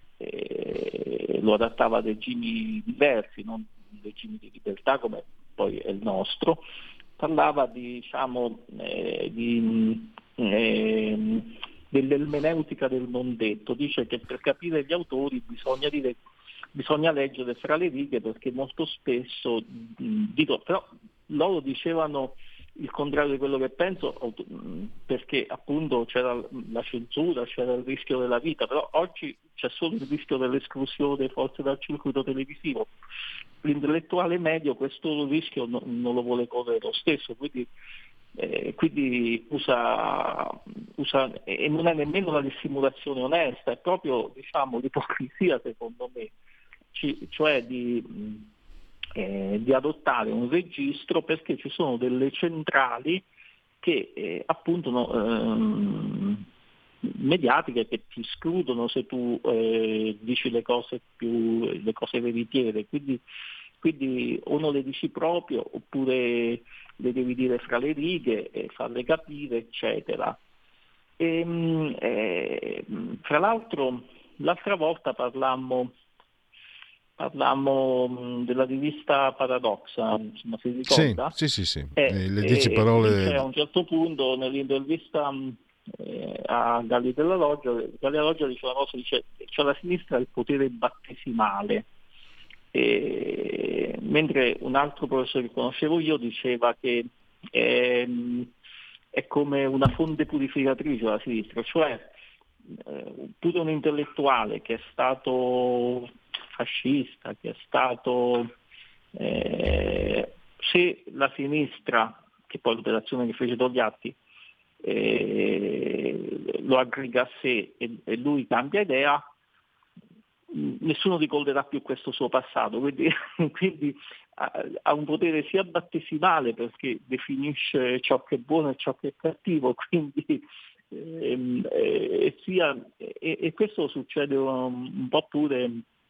lo adattava a regimi diversi, non regimi di libertà come poi è il nostro. Parlava, diciamo, dell'ermeneutica del non detto. Dice che per capire gli autori bisogna leggere fra le righe, perché molto spesso però loro dicevano il contrario di quello che penso, perché appunto c'era la censura, c'era il rischio della vita, però oggi c'è solo il rischio dell'esclusione forse dal circuito televisivo. L'intellettuale medio questo rischio non lo vuole correre lo stesso, quindi usa e non è nemmeno una dissimulazione onesta, è proprio, diciamo, l'ipocrisia, secondo me, cioè di adottare un registro, perché ci sono delle centrali che appunto mediatiche che ti escludono se tu dici le cose veritiere, quindi o non le dici proprio oppure le devi dire fra le righe e farle capire, eccetera. Tra l'altro, l'altra volta parlammo della rivista Paradoxa, insomma, si ricorda? Sì. Le 10 parole. C'è a un certo punto nell'intervista a Galli della Loggia dice una cosa, dice cioè la sinistra ha il potere battesimale, mentre un altro professore che conoscevo io diceva che è come una fonte purificatrice la sinistra, cioè pure un intellettuale che è stato fascista, che è stato se la sinistra, che poi l'operazione che fece Togliatti, lo aggrega a sé e lui cambia idea, nessuno ricorderà più questo suo passato, quindi ha un potere sia battesimale perché definisce ciò che è buono e ciò che è cattivo, quindi e questo succede un po' pure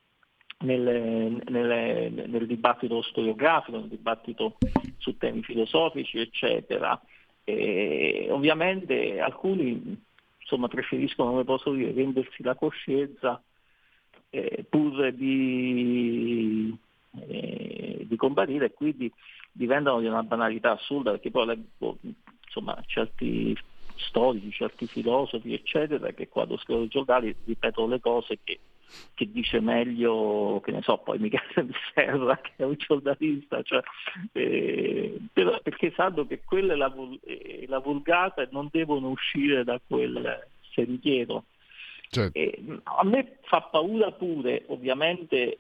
nel dibattito storiografico, nel dibattito su temi filosofici, eccetera. E ovviamente alcuni insomma preferiscono, come posso dire, rendersi la coscienza pur di comparire, e quindi diventano di una banalità assurda, perché poi insomma certi storici, certi filosofi, eccetera, che quando scrivono i giornali ripetono le cose che dice meglio, che ne so, poi Michele Serra, che è un giornalista, cioè, però perché sanno che quella è la vulgata e non devono uscire da quel sentiero. Certo. A me fa paura pure, ovviamente,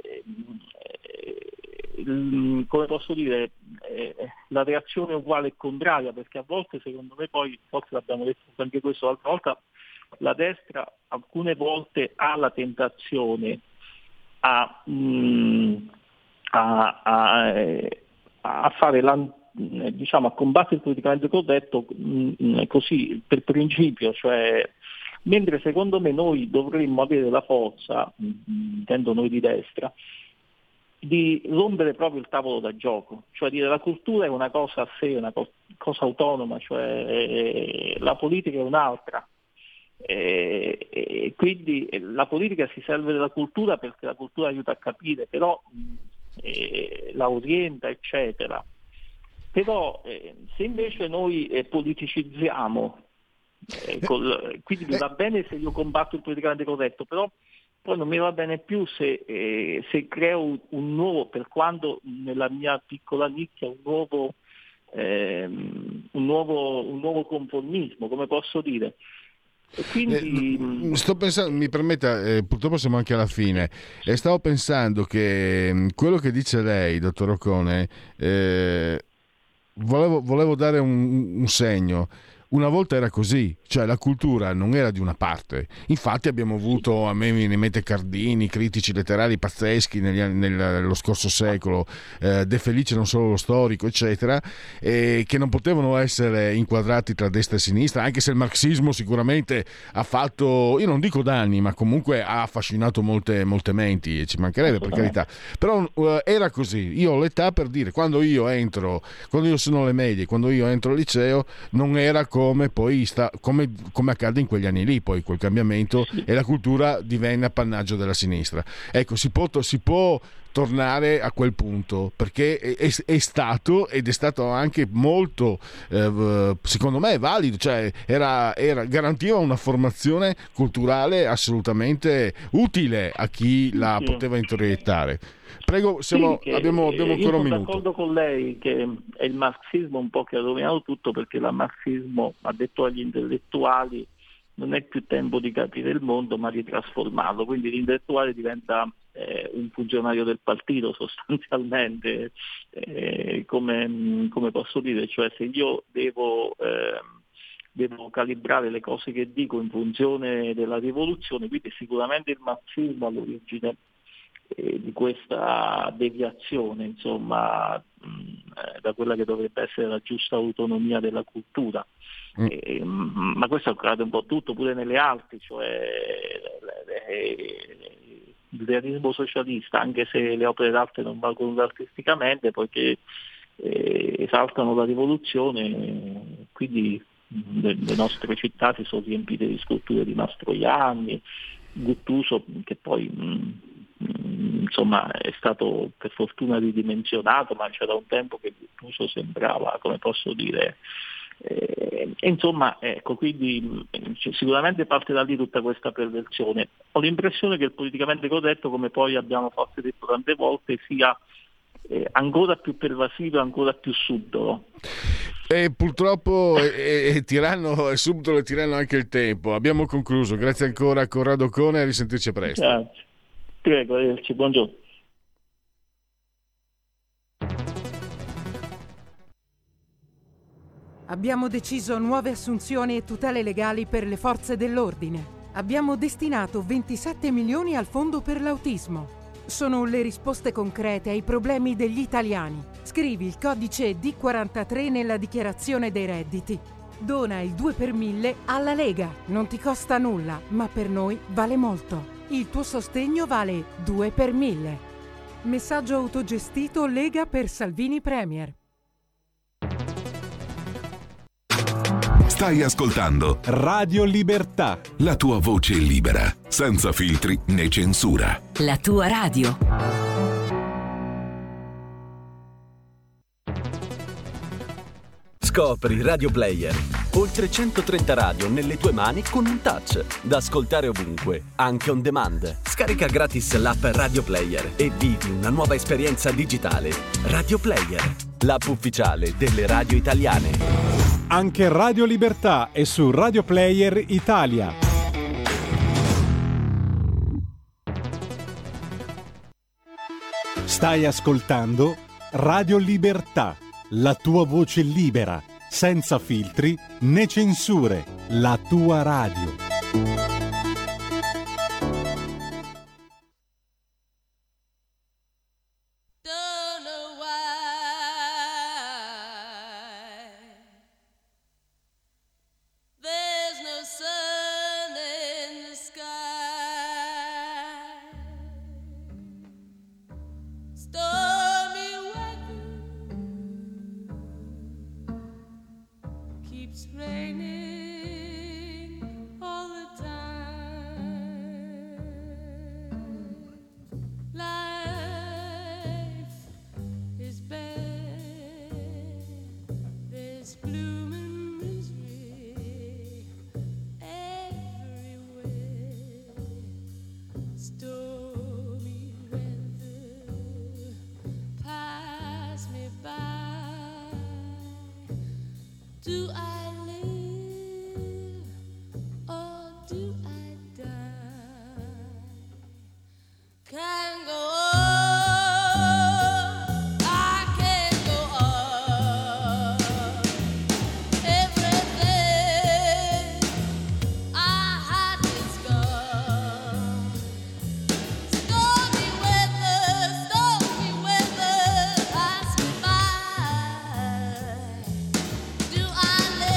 come posso dire, la reazione uguale e contraria, perché a volte, secondo me, poi, forse l'abbiamo detto anche questo l'altra volta, la destra alcune volte ha la tentazione a fare diciamo, a combattere il politicamente corretto così per principio, cioè, mentre secondo me noi dovremmo avere la forza, intendo noi di destra, di rompere proprio il tavolo da gioco, cioè dire la cultura è una cosa a sé, una cosa autonoma, cioè la politica è un'altra. E quindi la politica si serve della cultura perché la cultura aiuta a capire, però la orienta, eccetera. Però se invece noi politicizziamo, quindi mi va bene se io combatto il politicamente corretto, però poi non mi va bene più se creo un nuovo, per quanto nella mia piccola nicchia, un nuovo conformismo, come posso dire. E quindi sto pensando, mi permetta, purtroppo siamo anche alla fine, e stavo pensando che quello che dice lei, dottor Occone, volevo dare un segno. Una volta era così, cioè la cultura non era di una parte. Infatti abbiamo avuto, a me viene in mente Cardini, critici letterari pazzeschi nello scorso secolo, De Felice non solo lo storico, eccetera, che non potevano essere inquadrati tra destra e sinistra, anche se il marxismo sicuramente ha fatto, io non dico danni, ma comunque ha affascinato molte menti, e ci mancherebbe, per carità. Però era così. Io ho l'età per dire, quando io sono alle medie, quando io entro al liceo, non era come poi come accade in quegli anni lì, poi quel cambiamento, e la cultura divenne appannaggio della sinistra. Ecco, si può tornare a quel punto, perché è stato, ed è stato anche molto secondo me valido, cioè garantiva una formazione culturale assolutamente utile a chi la poteva introiettare. Prego, abbiamo ancora un minuto. Sono d'accordo con lei che è il marxismo un po' che ha rovinato tutto, perché il marxismo ha detto agli intellettuali non è più tempo di capire il mondo ma di trasformarlo, quindi l'intellettuale diventa un funzionario del partito sostanzialmente, come posso dire, cioè se io devo calibrare le cose che dico in funzione della rivoluzione, quindi sicuramente il marxismo all'origine di questa deviazione, insomma, da quella che dovrebbe essere la giusta autonomia della cultura. Ma questo accade un po' tutto, pure nelle arti, cioè il realismo socialista, anche se le opere d'arte non valgono artisticamente, poiché esaltano la rivoluzione, quindi le nostre città si sono riempite di sculture di Mastroianni, Guttuso che poi insomma è stato per fortuna ridimensionato, ma c'era un tempo che Guttuso sembrava, come posso dire, insomma ecco, quindi sicuramente parte da lì tutta questa perversione. Ho l'impressione che il politicamente corretto, come poi abbiamo forse detto tante volte, sia ancora più pervasivo, ancora più subdolo. E purtroppo è tiranno, è subdolo e tiranno anche il tempo. Abbiamo concluso, grazie ancora a Corrado Cone, a risentirci presto. Grazie. Prego, buongiorno. Abbiamo deciso nuove assunzioni e tutele legali per le forze dell'ordine. Abbiamo destinato 27 milioni al fondo per l'autismo. Sono le risposte concrete ai problemi degli italiani. Scrivi il codice D43 nella dichiarazione dei redditi. Dona il 2 per 1000 alla Lega. Non ti costa nulla, ma per noi vale molto. Il tuo sostegno vale 2 per 1000. Messaggio autogestito Lega per Salvini Premier. Stai ascoltando Radio Libertà. la tua voce libera, senza filtri né censura. La tua radio. Scopri Radio Player. Oltre 130 radio nelle tue mani con un touch. Da ascoltare ovunque, anche on demand. Scarica gratis l'app Radio Player e vivi una nuova esperienza digitale. Radio Player, l'app ufficiale delle radio italiane. Anche Radio Libertà è su Radio Player Italia. Stai ascoltando Radio Libertà, la tua voce libera, senza filtri né censure, la tua radio. Do I live?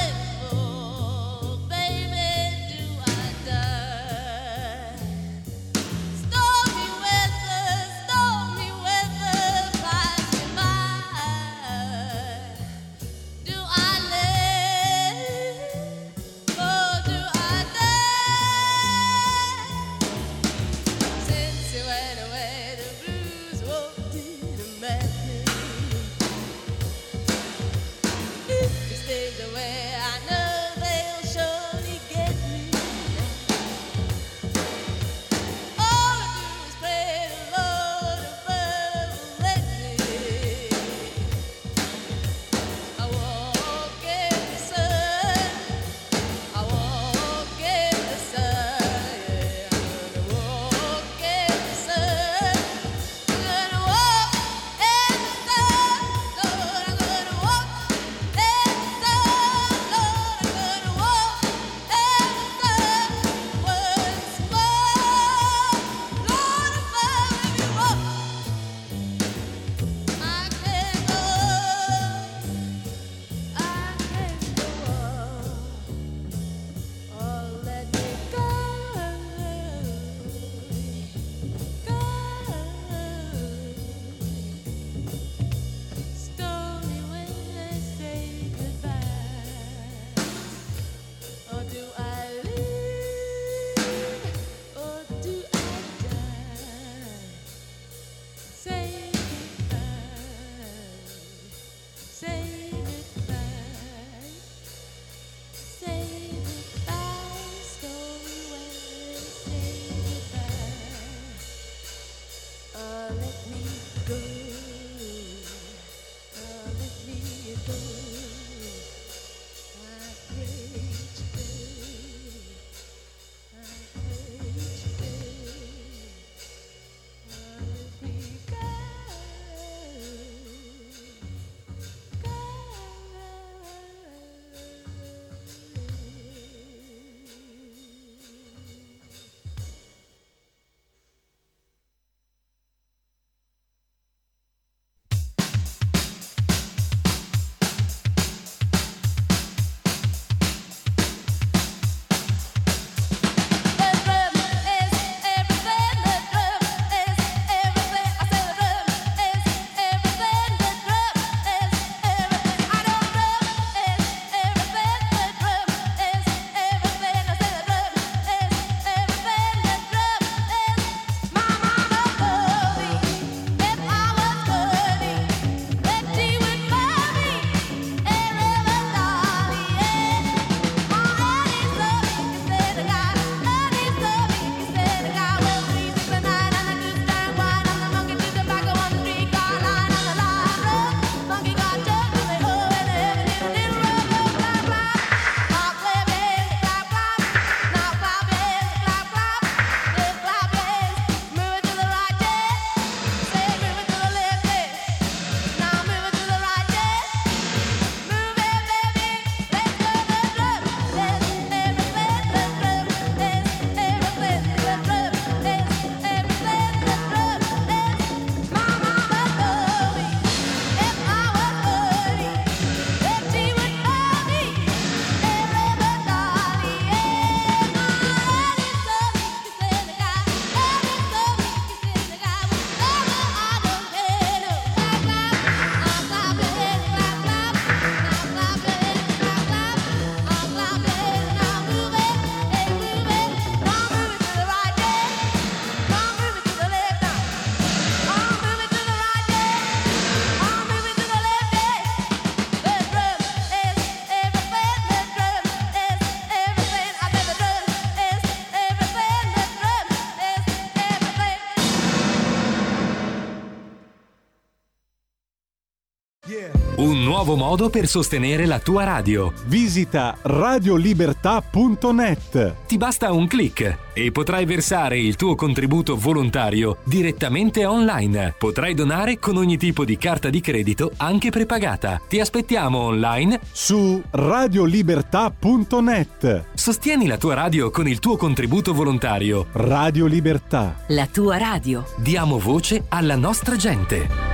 nuovo modo per sostenere la tua radio. Visita radiolibertà.net. Ti basta un click e potrai versare il tuo contributo volontario direttamente online. Potrai donare con ogni tipo di carta di credito, anche prepagata. Ti aspettiamo online su radiolibertà.net. Sostieni la tua radio con il tuo contributo volontario. Radio Libertà. La tua radio. Diamo voce alla nostra gente.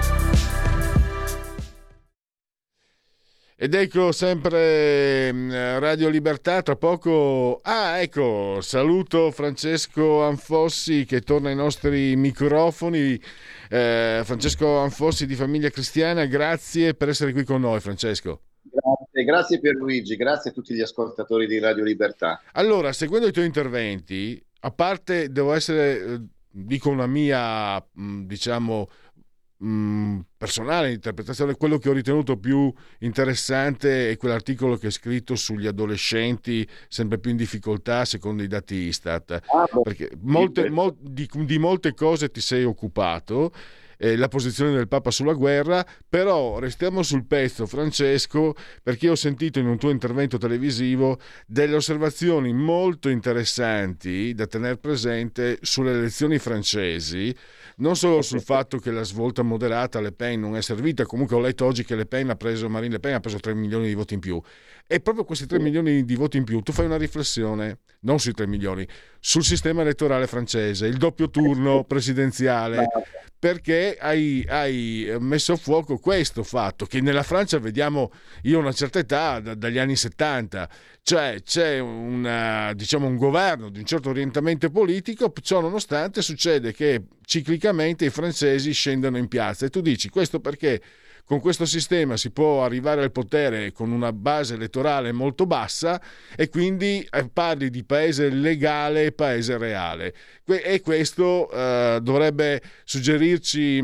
Ed ecco sempre Radio Libertà, tra poco... ecco, saluto Francesco Anfossi che torna ai nostri microfoni. Francesco Anfossi di Famiglia Cristiana, grazie per essere qui con noi, Francesco. Grazie Pierluigi, grazie a tutti gli ascoltatori di Radio Libertà. Allora, seguendo i tuoi interventi, a parte, dico una mia, diciamo... personale interpretazione, quello che ho ritenuto più interessante è quell'articolo che hai scritto sugli adolescenti sempre più in difficoltà secondo i dati Istat, perché di molte cose ti sei occupato, la posizione del Papa sulla guerra, però restiamo sul pezzo, Francesco, perché ho sentito in un tuo intervento televisivo delle osservazioni molto interessanti da tenere presente sulle elezioni francesi, non solo sul fatto che la svolta moderata a Le Pen non è servita. Comunque ho letto oggi che Marine Le Pen ha preso 3 milioni di voti in più, e proprio questi 3 milioni di voti in più tu fai una riflessione non sui 3 milioni, sul sistema elettorale francese, il doppio turno presidenziale, perché hai messo a fuoco questo fatto che nella Francia vediamo, io ho una certa età, dagli anni 70, cioè c'è un governo di un certo orientamento politico, ciò nonostante succede che ciclicamente i francesi scendono in piazza, e tu dici questo perché con questo sistema si può arrivare al potere con una base elettorale molto bassa, e quindi parli di paese legale e paese reale, e questo dovrebbe suggerirci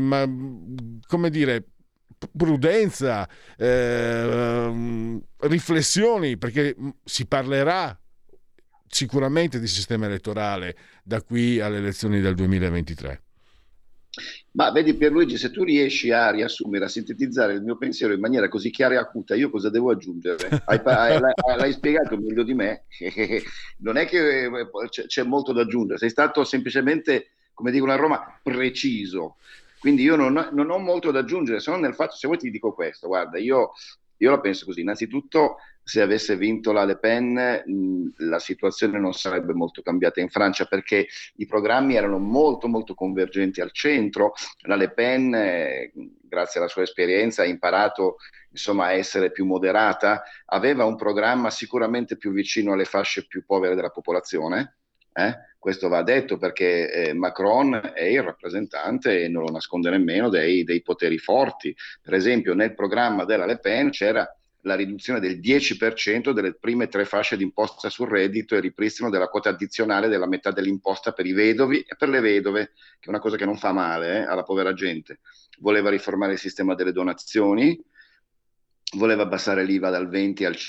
prudenza, riflessioni, perché si parlerà sicuramente di sistema elettorale da qui alle elezioni del 2023. Ma vedi Pierluigi, se tu riesci a riassumere, a sintetizzare il mio pensiero in maniera così chiara e acuta, io cosa devo aggiungere? L'hai spiegato meglio di me. Non è che c'è molto da aggiungere, sei stato semplicemente, come dicono a Roma, preciso. Quindi io non ho molto da aggiungere, se non nel fatto, se vuoi ti dico questo, guarda, io la penso così. Innanzitutto, se avesse vinto la Le Pen, la situazione non sarebbe molto cambiata in Francia, perché i programmi erano molto molto convergenti al centro. La Le Pen, grazie alla sua esperienza, ha imparato insomma a essere più moderata, aveva un programma sicuramente più vicino alle fasce più povere della popolazione. Questo va detto, perché Macron è il rappresentante, e non lo nasconde nemmeno, dei poteri forti. Per esempio nel programma della Le Pen c'era la riduzione del 10% delle prime 3 fasce di imposta sul reddito e ripristino della quota addizionale della metà dell'imposta per i vedovi e per le vedove, che è una cosa che non fa male alla povera gente. Voleva riformare il sistema delle donazioni, voleva abbassare l'IVA dal 20 al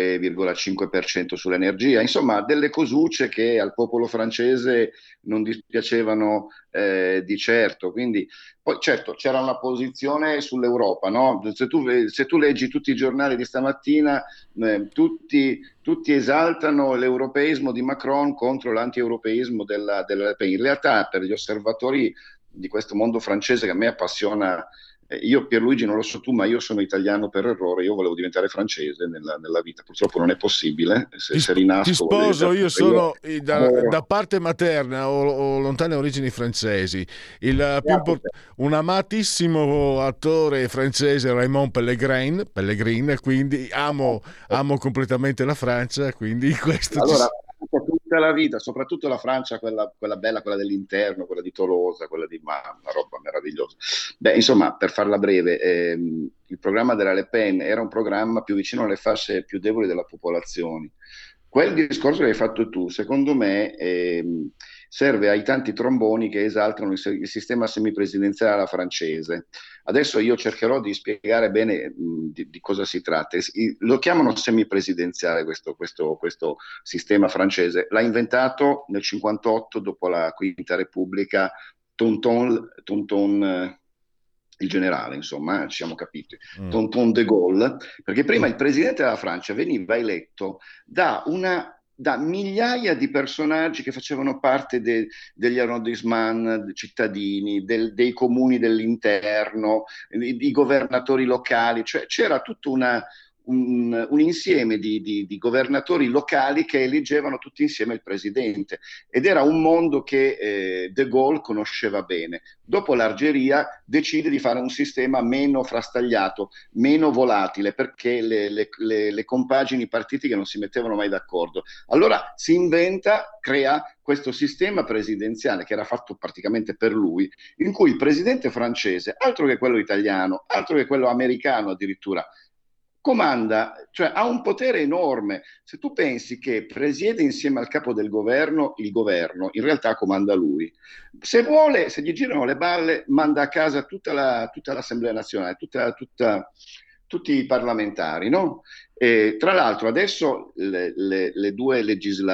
5,5% sull'energia, insomma delle cosucce che al popolo francese non dispiacevano di certo. Quindi poi certo c'era una posizione sull'Europa, no? Se tu leggi tutti i giornali di stamattina, tutti esaltano l'europeismo di Macron contro l'anti-europeismo della Le Pen. In realtà, per gli osservatori di questo mondo francese che a me appassiona, io Pierluigi, non lo so tu, ma io sono italiano per errore, io volevo diventare francese nella vita, purtroppo non è possibile, se rinasco. Ti sposo, io sono da parte materna, ho lontane origini francesi, un amatissimo attore francese, Raymond Pellegrin, quindi amo completamente la Francia, quindi questo... Allora, tutta la vita, soprattutto la Francia, quella bella, quella dell'interno, quella di Tolosa, quella di una roba meravigliosa. Beh, insomma, per farla breve, il programma della Le Pen era un programma più vicino alle fasce più deboli della popolazione. Quel discorso che hai fatto tu, secondo me, serve ai tanti tromboni che esaltano il sistema semipresidenziale alla francese. Adesso io cercherò di spiegare bene di cosa si tratta. Lo chiamano semipresidenziale questo sistema francese. L'ha inventato nel 1958, dopo la Quinta Repubblica, Tonton il generale, insomma, ci siamo capiti, Tonton de Gaulle, perché prima il presidente della Francia veniva eletto da migliaia di personaggi che facevano parte degli arrondissement cittadini, dei comuni dell'interno, di governatori locali, cioè c'era tutto un insieme di governatori locali che eleggevano tutti insieme il presidente, ed era un mondo che De Gaulle conosceva bene. Dopo l'Algeria decide di fare un sistema meno frastagliato, meno volatile, perché le compagini partitiche non si mettevano mai d'accordo. Allora crea questo sistema presidenziale che era fatto praticamente per lui, in cui il presidente francese, altro che quello italiano, altro che quello americano addirittura, comanda, cioè ha un potere enorme. Se tu pensi che presiede insieme al capo del governo il governo, in realtà comanda lui. Se vuole, se gli girano le balle, manda a casa tutta l'Assemblea nazionale, tutti i parlamentari, no? E, tra l'altro, adesso le due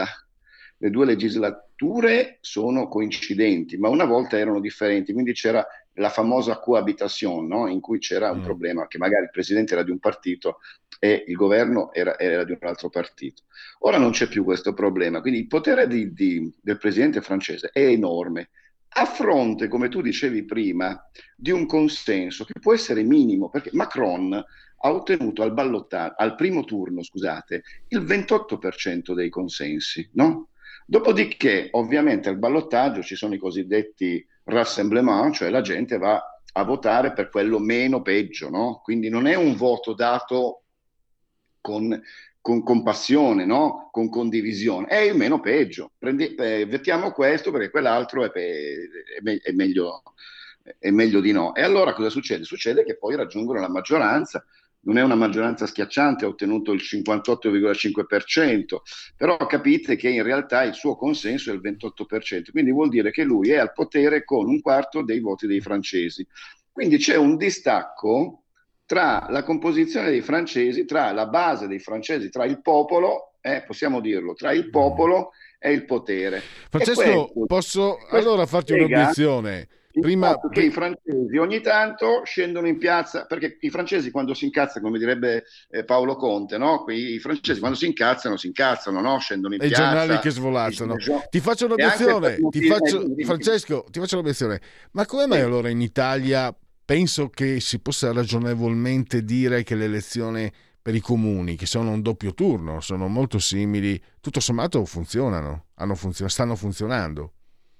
legislature sono coincidenti, ma una volta erano differenti, quindi c'era la famosa cohabitation, no? In cui c'era un problema, che magari il presidente era di un partito e il governo era di un altro partito. Ora non c'è più questo problema, quindi il potere del presidente francese è enorme, a fronte, come tu dicevi prima, di un consenso che può essere minimo, perché Macron ha ottenuto al primo turno, scusate, il 28% dei consensi, no? Dopodiché, ovviamente, al ballottaggio ci sono i cosiddetti rassemblement, cioè la gente va a votare per quello meno peggio, no? Quindi non è un voto dato con passione, no? Con condivisione, è il meno peggio. Votiamo questo perché quell'altro è meglio di no. E allora cosa succede? Succede che poi raggiungono la maggioranza. Non è una maggioranza schiacciante, ha ottenuto il 58,5%, però capite che in realtà il suo consenso è il 28%, quindi vuol dire che lui è al potere con un quarto dei voti dei francesi. Quindi c'è un distacco tra la composizione dei francesi, tra la base dei francesi, tra il popolo, possiamo dirlo, tra il popolo e il potere. Francesco, posso allora farti un'obiezione? Prima che i francesi ogni tanto scendono in piazza, perché i francesi quando si incazzano, come direbbe Paolo Conte, no? I francesi quando si incazzano, no? Scendono in piazza. E i giornali che svolazzano. Ti faccio un'obiezione, Francesco, ti faccio un'obiezione. Ma come mai allora in Italia penso che si possa ragionevolmente dire che le elezioni per i comuni, che sono un doppio turno, sono molto simili, tutto sommato funzionano, stanno funzionando?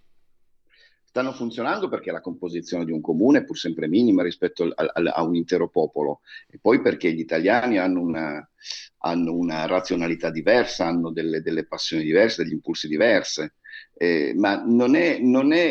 Stanno funzionando perché la composizione di un comune è pur sempre minima rispetto a un intero popolo, e poi perché gli italiani hanno una razionalità diversa, hanno delle passioni diverse, degli impulsi diversi, ma non è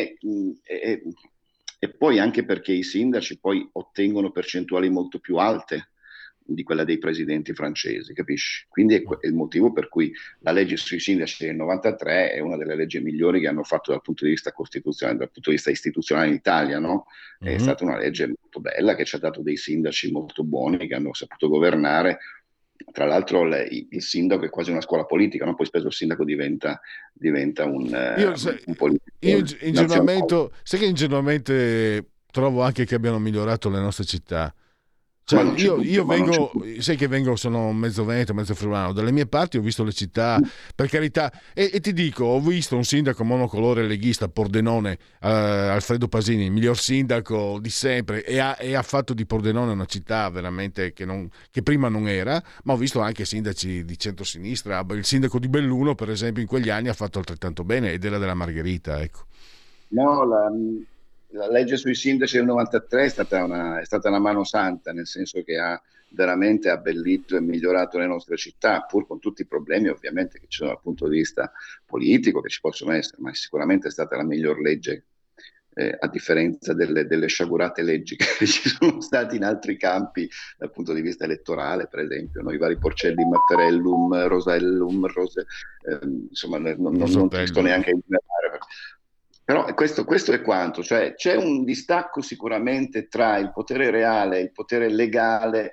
e poi anche perché i sindaci poi ottengono percentuali molto più alte di quella dei presidenti francesi, capisci? Quindi è il motivo per cui la legge sui sindaci del 93 è una delle leggi migliori che hanno fatto dal punto di vista costituzionale, dal punto di vista istituzionale in Italia, no? È stata una legge molto bella che ci ha dato dei sindaci molto buoni che hanno saputo governare. Tra l'altro il sindaco è quasi una scuola politica, no? Poi spesso il sindaco diventa un politico. Io sai che ingenuamente trovo anche che abbiano migliorato le nostre città. Cioè, io vengo, sai che sono mezzo veneto, mezzo friulano, dalle mie parti ho visto le città, per carità, e ti dico, ho visto un sindaco monocolore leghista, Pordenone, Alfredo Pasini, il miglior sindaco di sempre, e ha fatto di Pordenone una città veramente che prima non era, ma ho visto anche sindaci di centrosinistra, il sindaco di Belluno per esempio in quegli anni ha fatto altrettanto bene, ed era della Margherita, ecco. No, la legge sui sindaci del 93 è stata una mano santa, nel senso che ha veramente abbellito e migliorato le nostre città, pur con tutti i problemi ovviamente che ci sono dal punto di vista politico, che ci possono essere, ma sicuramente è stata la miglior legge, a differenza delle sciagurate leggi che ci sono stati in altri campi dal punto di vista elettorale, per esempio, no? I vari Porcellum, Mattarellum, Rosellum, insomma non ti sto neanche a ignorare. Però questo è quanto, cioè c'è un distacco sicuramente tra il potere reale e il potere legale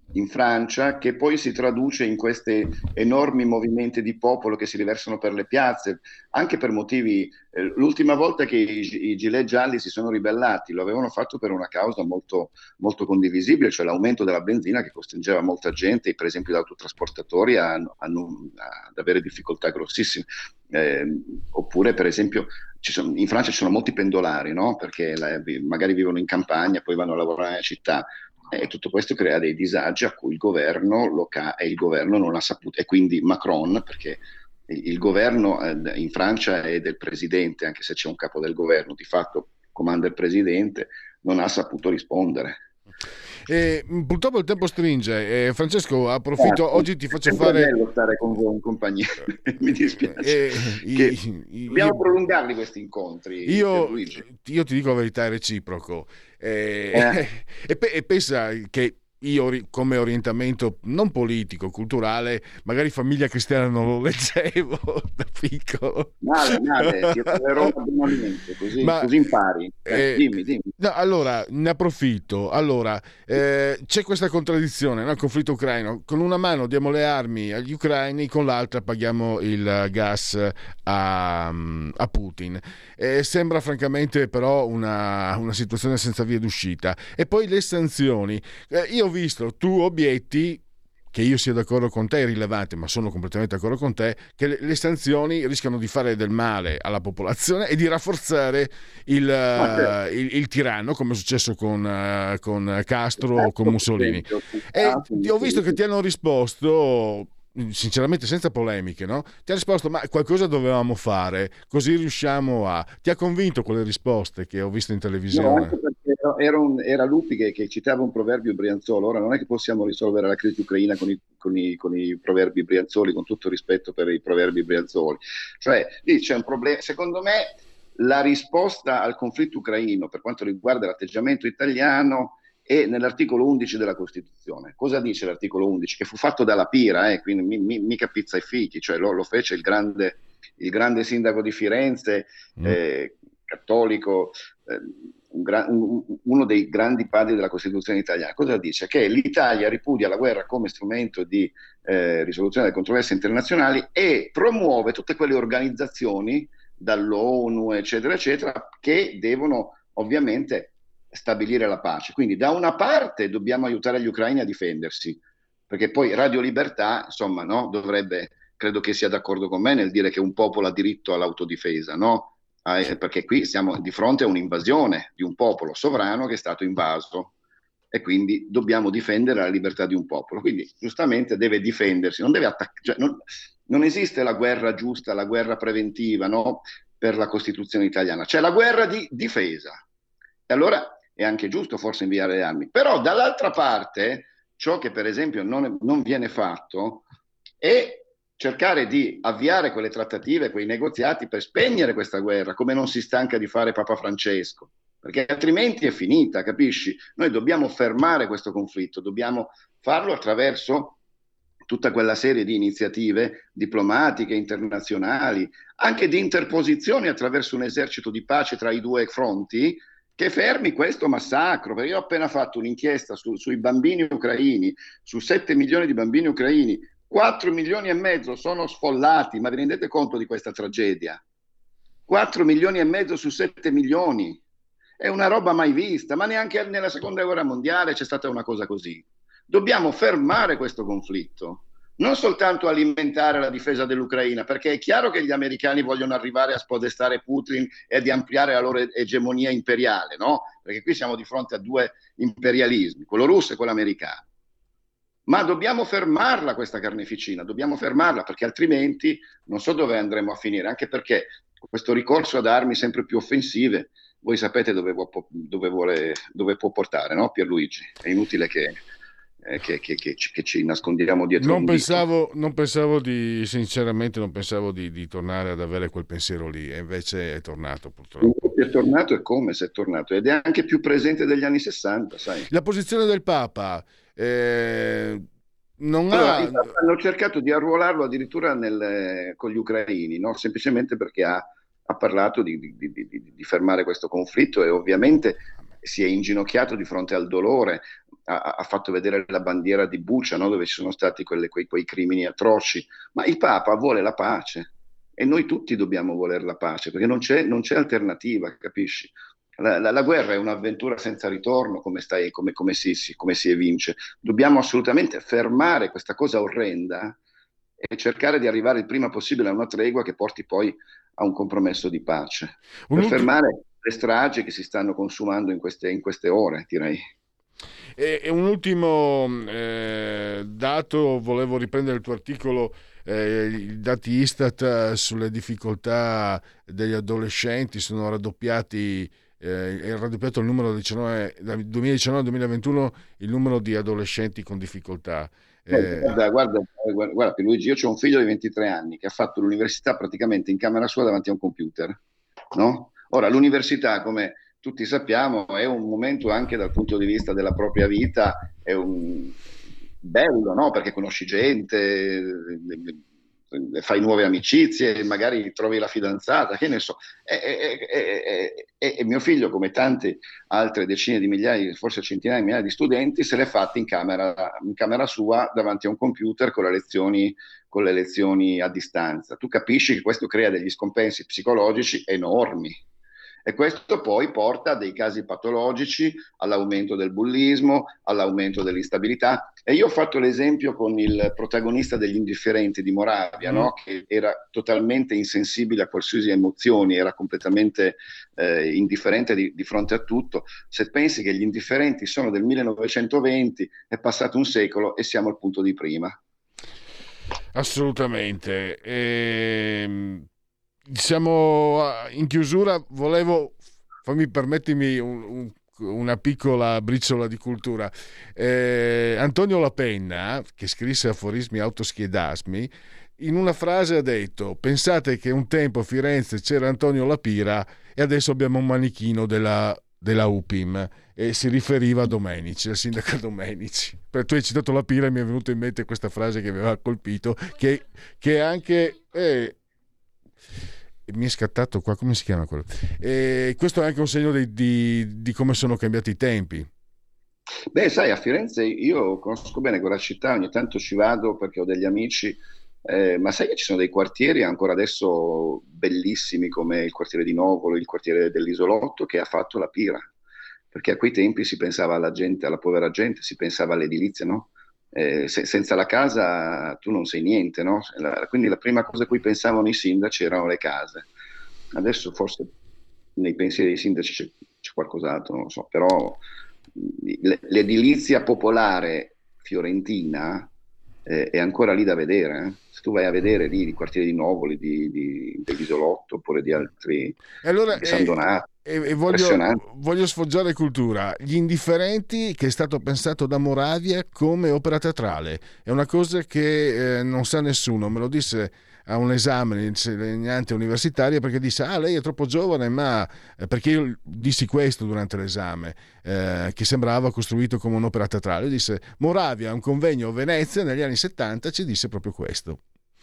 in Francia, che poi si traduce in questi enormi movimenti di popolo che si riversano per le piazze, anche per motivi. L'ultima volta che i gilet gialli si sono ribellati lo avevano fatto per una causa molto, molto condivisibile, cioè l'aumento della benzina che costringeva molta gente, per esempio gli autotrasportatori, ad avere difficoltà grossissime. Oppure per esempio in Francia ci sono molti pendolari, no? Perché magari vivono in campagna, poi vanno a lavorare nella città. E tutto questo crea dei disagi a cui il governo non ha saputo, e quindi Macron, perché il governo in Francia è del presidente, anche se c'è un capo del governo, di fatto comanda il presidente, non ha saputo rispondere. Purtroppo il tempo stringe. Francesco, approfitto, oggi ti faccio fare. È bello stare con voi in compagnia. Mi dispiace. Dobbiamo prolungarli questi incontri. Io ti dico la verità, è reciproco. E pensa che io, come orientamento non politico, culturale, magari Famiglia Cristiana non lo leggevo da piccolo. Male, ti parlerò abitualmente, così impari. Dimmi. No, allora, ne approfitto. Allora, c'è questa contraddizione nel conflitto ucraino. Con una mano diamo le armi agli ucraini, con l'altra paghiamo il gas a Putin. Sembra francamente però una situazione senza via d'uscita. E poi le sanzioni. Io ho visto, tu obietti, che io sia d'accordo con te è rilevante, ma sono completamente d'accordo con te, che le sanzioni rischiano di fare del male alla popolazione e di rafforzare il tiranno, come è successo con Castro o con Mussolini. E ho visto che ti hanno risposto, sinceramente senza polemiche, no? Ti ha risposto: ma qualcosa dovevamo fare, così riusciamo a... Ti ha convinto quelle risposte che ho visto in televisione? No, anche perché era Lupi che citava un proverbio brianzolo. Ora non è che possiamo risolvere la crisi ucraina con i proverbi brianzoli, con tutto rispetto per i proverbi brianzoli. Cioè, lì c'è un problema. Secondo me la risposta al conflitto ucraino per quanto riguarda l'atteggiamento italiano è nell'articolo 11 della Costituzione. Cosa dice l'articolo 11? Che fu fatto dalla Pira, quindi mica pizza e fichi, cioè lo fece il grande sindaco di Firenze, cattolico, uno dei grandi padri della Costituzione italiana. Cosa dice? Che l'Italia ripudia la guerra come strumento di risoluzione delle controversie internazionali e promuove tutte quelle organizzazioni, dall'ONU, eccetera, eccetera, che devono ovviamente stabilire la pace. Quindi da una parte dobbiamo aiutare gli ucraini a difendersi, perché poi Radio Libertà, insomma, no, credo che sia d'accordo con me nel dire che un popolo ha diritto all'autodifesa, no? Perché qui siamo di fronte a un'invasione di un popolo sovrano che è stato invaso e quindi dobbiamo difendere la libertà di un popolo. Quindi giustamente deve difendersi, non deve attaccare, cioè, non esiste la guerra giusta, la guerra preventiva, no? Per la Costituzione italiana. C'è la guerra di difesa. E allora è anche giusto forse inviare le armi. Però dall'altra parte ciò che per esempio non viene fatto è cercare di avviare quelle trattative, quei negoziati per spegnere questa guerra, come non si stanca di fare Papa Francesco, perché altrimenti è finita, capisci? Noi dobbiamo fermare questo conflitto, dobbiamo farlo attraverso tutta quella serie di iniziative diplomatiche, internazionali, anche di interposizioni attraverso un esercito di pace tra i due fronti, che fermi questo massacro. Perché io ho appena fatto un'inchiesta sui bambini ucraini, su 7 milioni di bambini ucraini, 4 milioni e mezzo sono sfollati, ma vi rendete conto di questa tragedia? 4 milioni e mezzo su 7 milioni, è una roba mai vista, ma neanche nella seconda guerra mondiale c'è stata una cosa così. Dobbiamo fermare questo conflitto, non soltanto alimentare la difesa dell'Ucraina, perché è chiaro che gli americani vogliono arrivare a spodestare Putin e di ampliare la loro egemonia imperiale, no? Perché qui siamo di fronte a due imperialismi, quello russo e quello americano. Ma dobbiamo fermarla questa carneficina, dobbiamo fermarla, perché altrimenti non so dove andremo a finire, anche perché questo ricorso ad armi sempre più offensive, voi sapete dove può portare, no, Pierluigi? È inutile che ci nascondiamo dietro. Sinceramente non pensavo di tornare ad avere quel pensiero lì, e invece è tornato purtroppo. È tornato, e come se è tornato, ed è anche più presente degli anni 60, sai. La posizione del Papa hanno cercato di arruolarlo addirittura con gli ucraini, no? Semplicemente perché ha parlato di fermare questo conflitto, e ovviamente si è inginocchiato di fronte al dolore, ha fatto vedere la bandiera di Bucha, no? Dove ci sono stati quei crimini atroci, ma il Papa vuole la pace e noi tutti dobbiamo volere la pace, perché non c'è alternativa, capisci? La guerra è un'avventura senza ritorno, come si evince. Dobbiamo assolutamente fermare questa cosa orrenda e cercare di arrivare il prima possibile a una tregua che porti poi a un compromesso di pace, per fermare le stragi che si stanno consumando in queste ore, direi. E un ultimo dato, volevo riprendere il tuo articolo, i dati Istat sulle difficoltà degli adolescenti. Sono raddoppiati, è raddoppiato il numero dal 2019 al 2021 il numero di adolescenti con difficoltà. Guarda Pierluigi, io ho un figlio di 23 anni che ha fatto l'università praticamente in camera sua davanti a un computer, no? Ora, l'università, come tutti sappiamo, è un momento anche dal punto di vista della propria vita, è un bello, no? Perché conosci gente, fai nuove amicizie, magari trovi la fidanzata, che ne so. E mio figlio, come tante altre decine di migliaia, forse centinaia di migliaia di studenti, se l'è fatta in camera sua davanti a un computer con le lezioni a distanza. Tu capisci che questo crea degli scompensi psicologici enormi. E questo poi porta a dei casi patologici, all'aumento del bullismo, all'aumento dell'instabilità. E io ho fatto l'esempio con il protagonista degli Indifferenti di Moravia, no? Che era totalmente insensibile a qualsiasi emozioni, era completamente indifferente di fronte a tutto. Se pensi che gli Indifferenti sono del 1920, è passato un secolo e siamo al punto di prima. Assolutamente. Siamo in chiusura, permettimi una piccola briciola di cultura. Antonio Lapenna, che scrisse Aforismi autoschiedasmi, in una frase ha detto: pensate che un tempo a Firenze c'era Antonio Lapira e adesso abbiamo un manichino della UPIM, e si riferiva a Domenici, al sindaco Domenici. Tu hai citato Lapira e mi è venuta in mente questa frase che mi aveva colpito, che anche... mi è scattato qua, come si chiama quello? Questo è anche un segno di come sono cambiati i tempi. Beh, sai, a Firenze io conosco bene quella città, ogni tanto ci vado perché ho degli amici, ma sai che ci sono dei quartieri ancora adesso bellissimi, come il quartiere di Novolo, il quartiere dell'Isolotto, che ha fatto la Pira, perché a quei tempi si pensava alla gente, alla povera gente, si pensava all'edilizia, no? Senza la casa tu non sei niente, no? Quindi la prima cosa a cui pensavano i sindaci erano le case. Adesso forse nei pensieri dei sindaci c'è qualcos'altro, non lo so, però l'edilizia popolare fiorentina è ancora lì da vedere. Se tu vai a vedere lì i quartieri di Novoli, dell'Isolotto oppure di altri, allora, di San Donato, e voglio sfoggiare cultura. Gli Indifferenti, che è stato pensato da Moravia come opera teatrale, è una cosa che non sa nessuno. Me lo disse a un esame insegnante universitaria, perché disse: lei è troppo giovane, ma perché io dissi questo durante l'esame, che sembrava costruito come un'opera teatrale. Io disse: Moravia, un convegno a Venezia negli anni 70 ci disse proprio questo.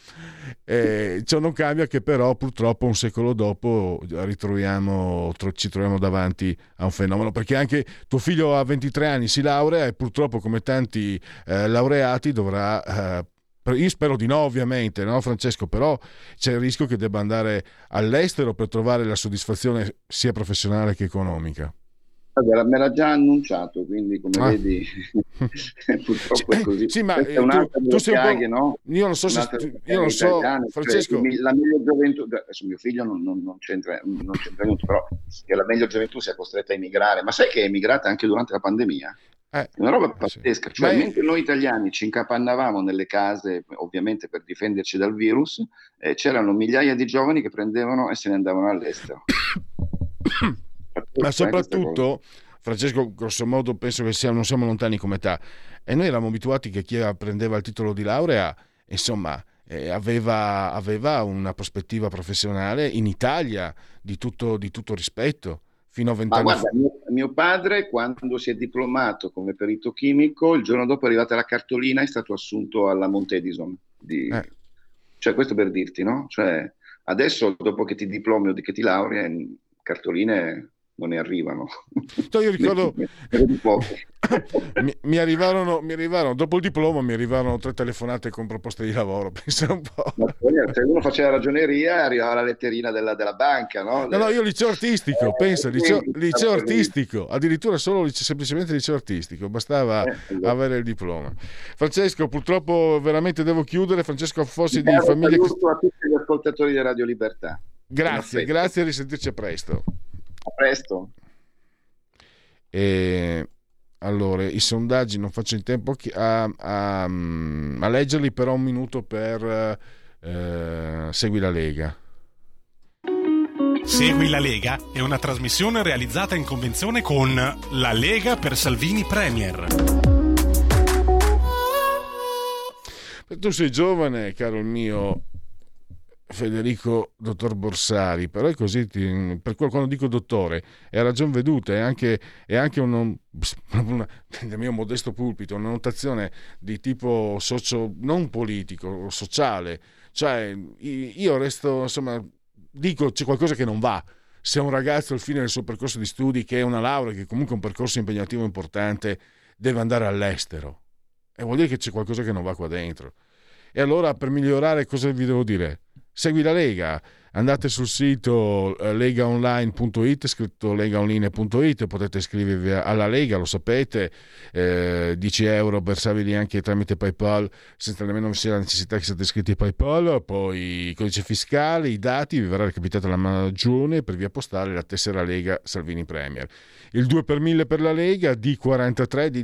Ciò non cambia che però purtroppo un secolo dopo ci troviamo davanti a un fenomeno, perché anche tuo figlio a 23 anni si laurea e purtroppo, come tanti laureati, dovrà io spero di no, ovviamente, no Francesco, però c'è il rischio che debba andare all'estero per trovare la soddisfazione sia professionale che economica. Allora, me l'ha già annunciato, quindi come vedi purtroppo è così. Sì, ma tu sei un po', no? Io non so Francesco, cioè, la meglio gioventù, adesso mio figlio non c'entra niente, però che la meglio gioventù sia costretta a emigrare, ma sai che è emigrata anche durante la pandemia? È una roba pazzesca, cioè mentre noi italiani ci incapannavamo nelle case, ovviamente per difenderci dal virus, c'erano migliaia di giovani che prendevano e se ne andavano all'estero. Ma soprattutto, Francesco, grosso modo penso che non siamo lontani come età, e noi eravamo abituati che chi prendeva il titolo di laurea, insomma, aveva una prospettiva professionale in Italia di tutto rispetto. Fino a 20 anni guarda, mio padre, quando si è diplomato come perito chimico, il giorno dopo è arrivata la cartolina, è stato assunto alla Mount Edison. Cioè, questo per dirti, no? Cioè, adesso, dopo che ti diplomi o che ti laurei, cartoline non ne arrivano. Io ricordo mi arrivarono dopo il diploma, mi arrivarono 3 telefonate con proposte di lavoro, pensa un po'. Ma se uno faceva ragioneria arrivava la letterina della banca, no? No, io liceo artistico, pensa, liceo artistico, addirittura semplicemente liceo artistico, bastava avere il diploma. Francesco, purtroppo veramente devo chiudere. Francesco Fossi di Famiglia. Saluto a tutti gli ascoltatori di Radio Libertà. Grazie e risentirci presto. A presto. Allora, i sondaggi non faccio in tempo a leggerli, però un minuto per Segui la Lega. Segui la Lega è una trasmissione realizzata in convenzione con La Lega per Salvini Premier. Tu sei giovane, caro il mio Federico dottor Borsari, però è così, per quello quando dico dottore è a ragion veduta, è anche nel mio modesto pulpito una notazione di tipo non politico, sociale, cioè io resto, insomma, dico c'è qualcosa che non va. Se un ragazzo al fine del suo percorso di studi, che è una laurea, che è comunque un percorso impegnativo importante, deve andare all'estero, e vuol dire che c'è qualcosa che non va qua dentro. E allora, per migliorare, cosa vi devo dire? Segui la Lega, andate sul sito legaonline.it, scritto legaonline.it, potete iscrivervi alla Lega, lo sapete, 10 euro versabili anche tramite PayPal, senza nemmeno sia la necessità che siate iscritti a PayPal, poi il codice fiscale, i dati, vi verrà recapitata la magione, per via postale la tessera Lega Salvini Premier. Il 2 per 1000 per la Lega, D43,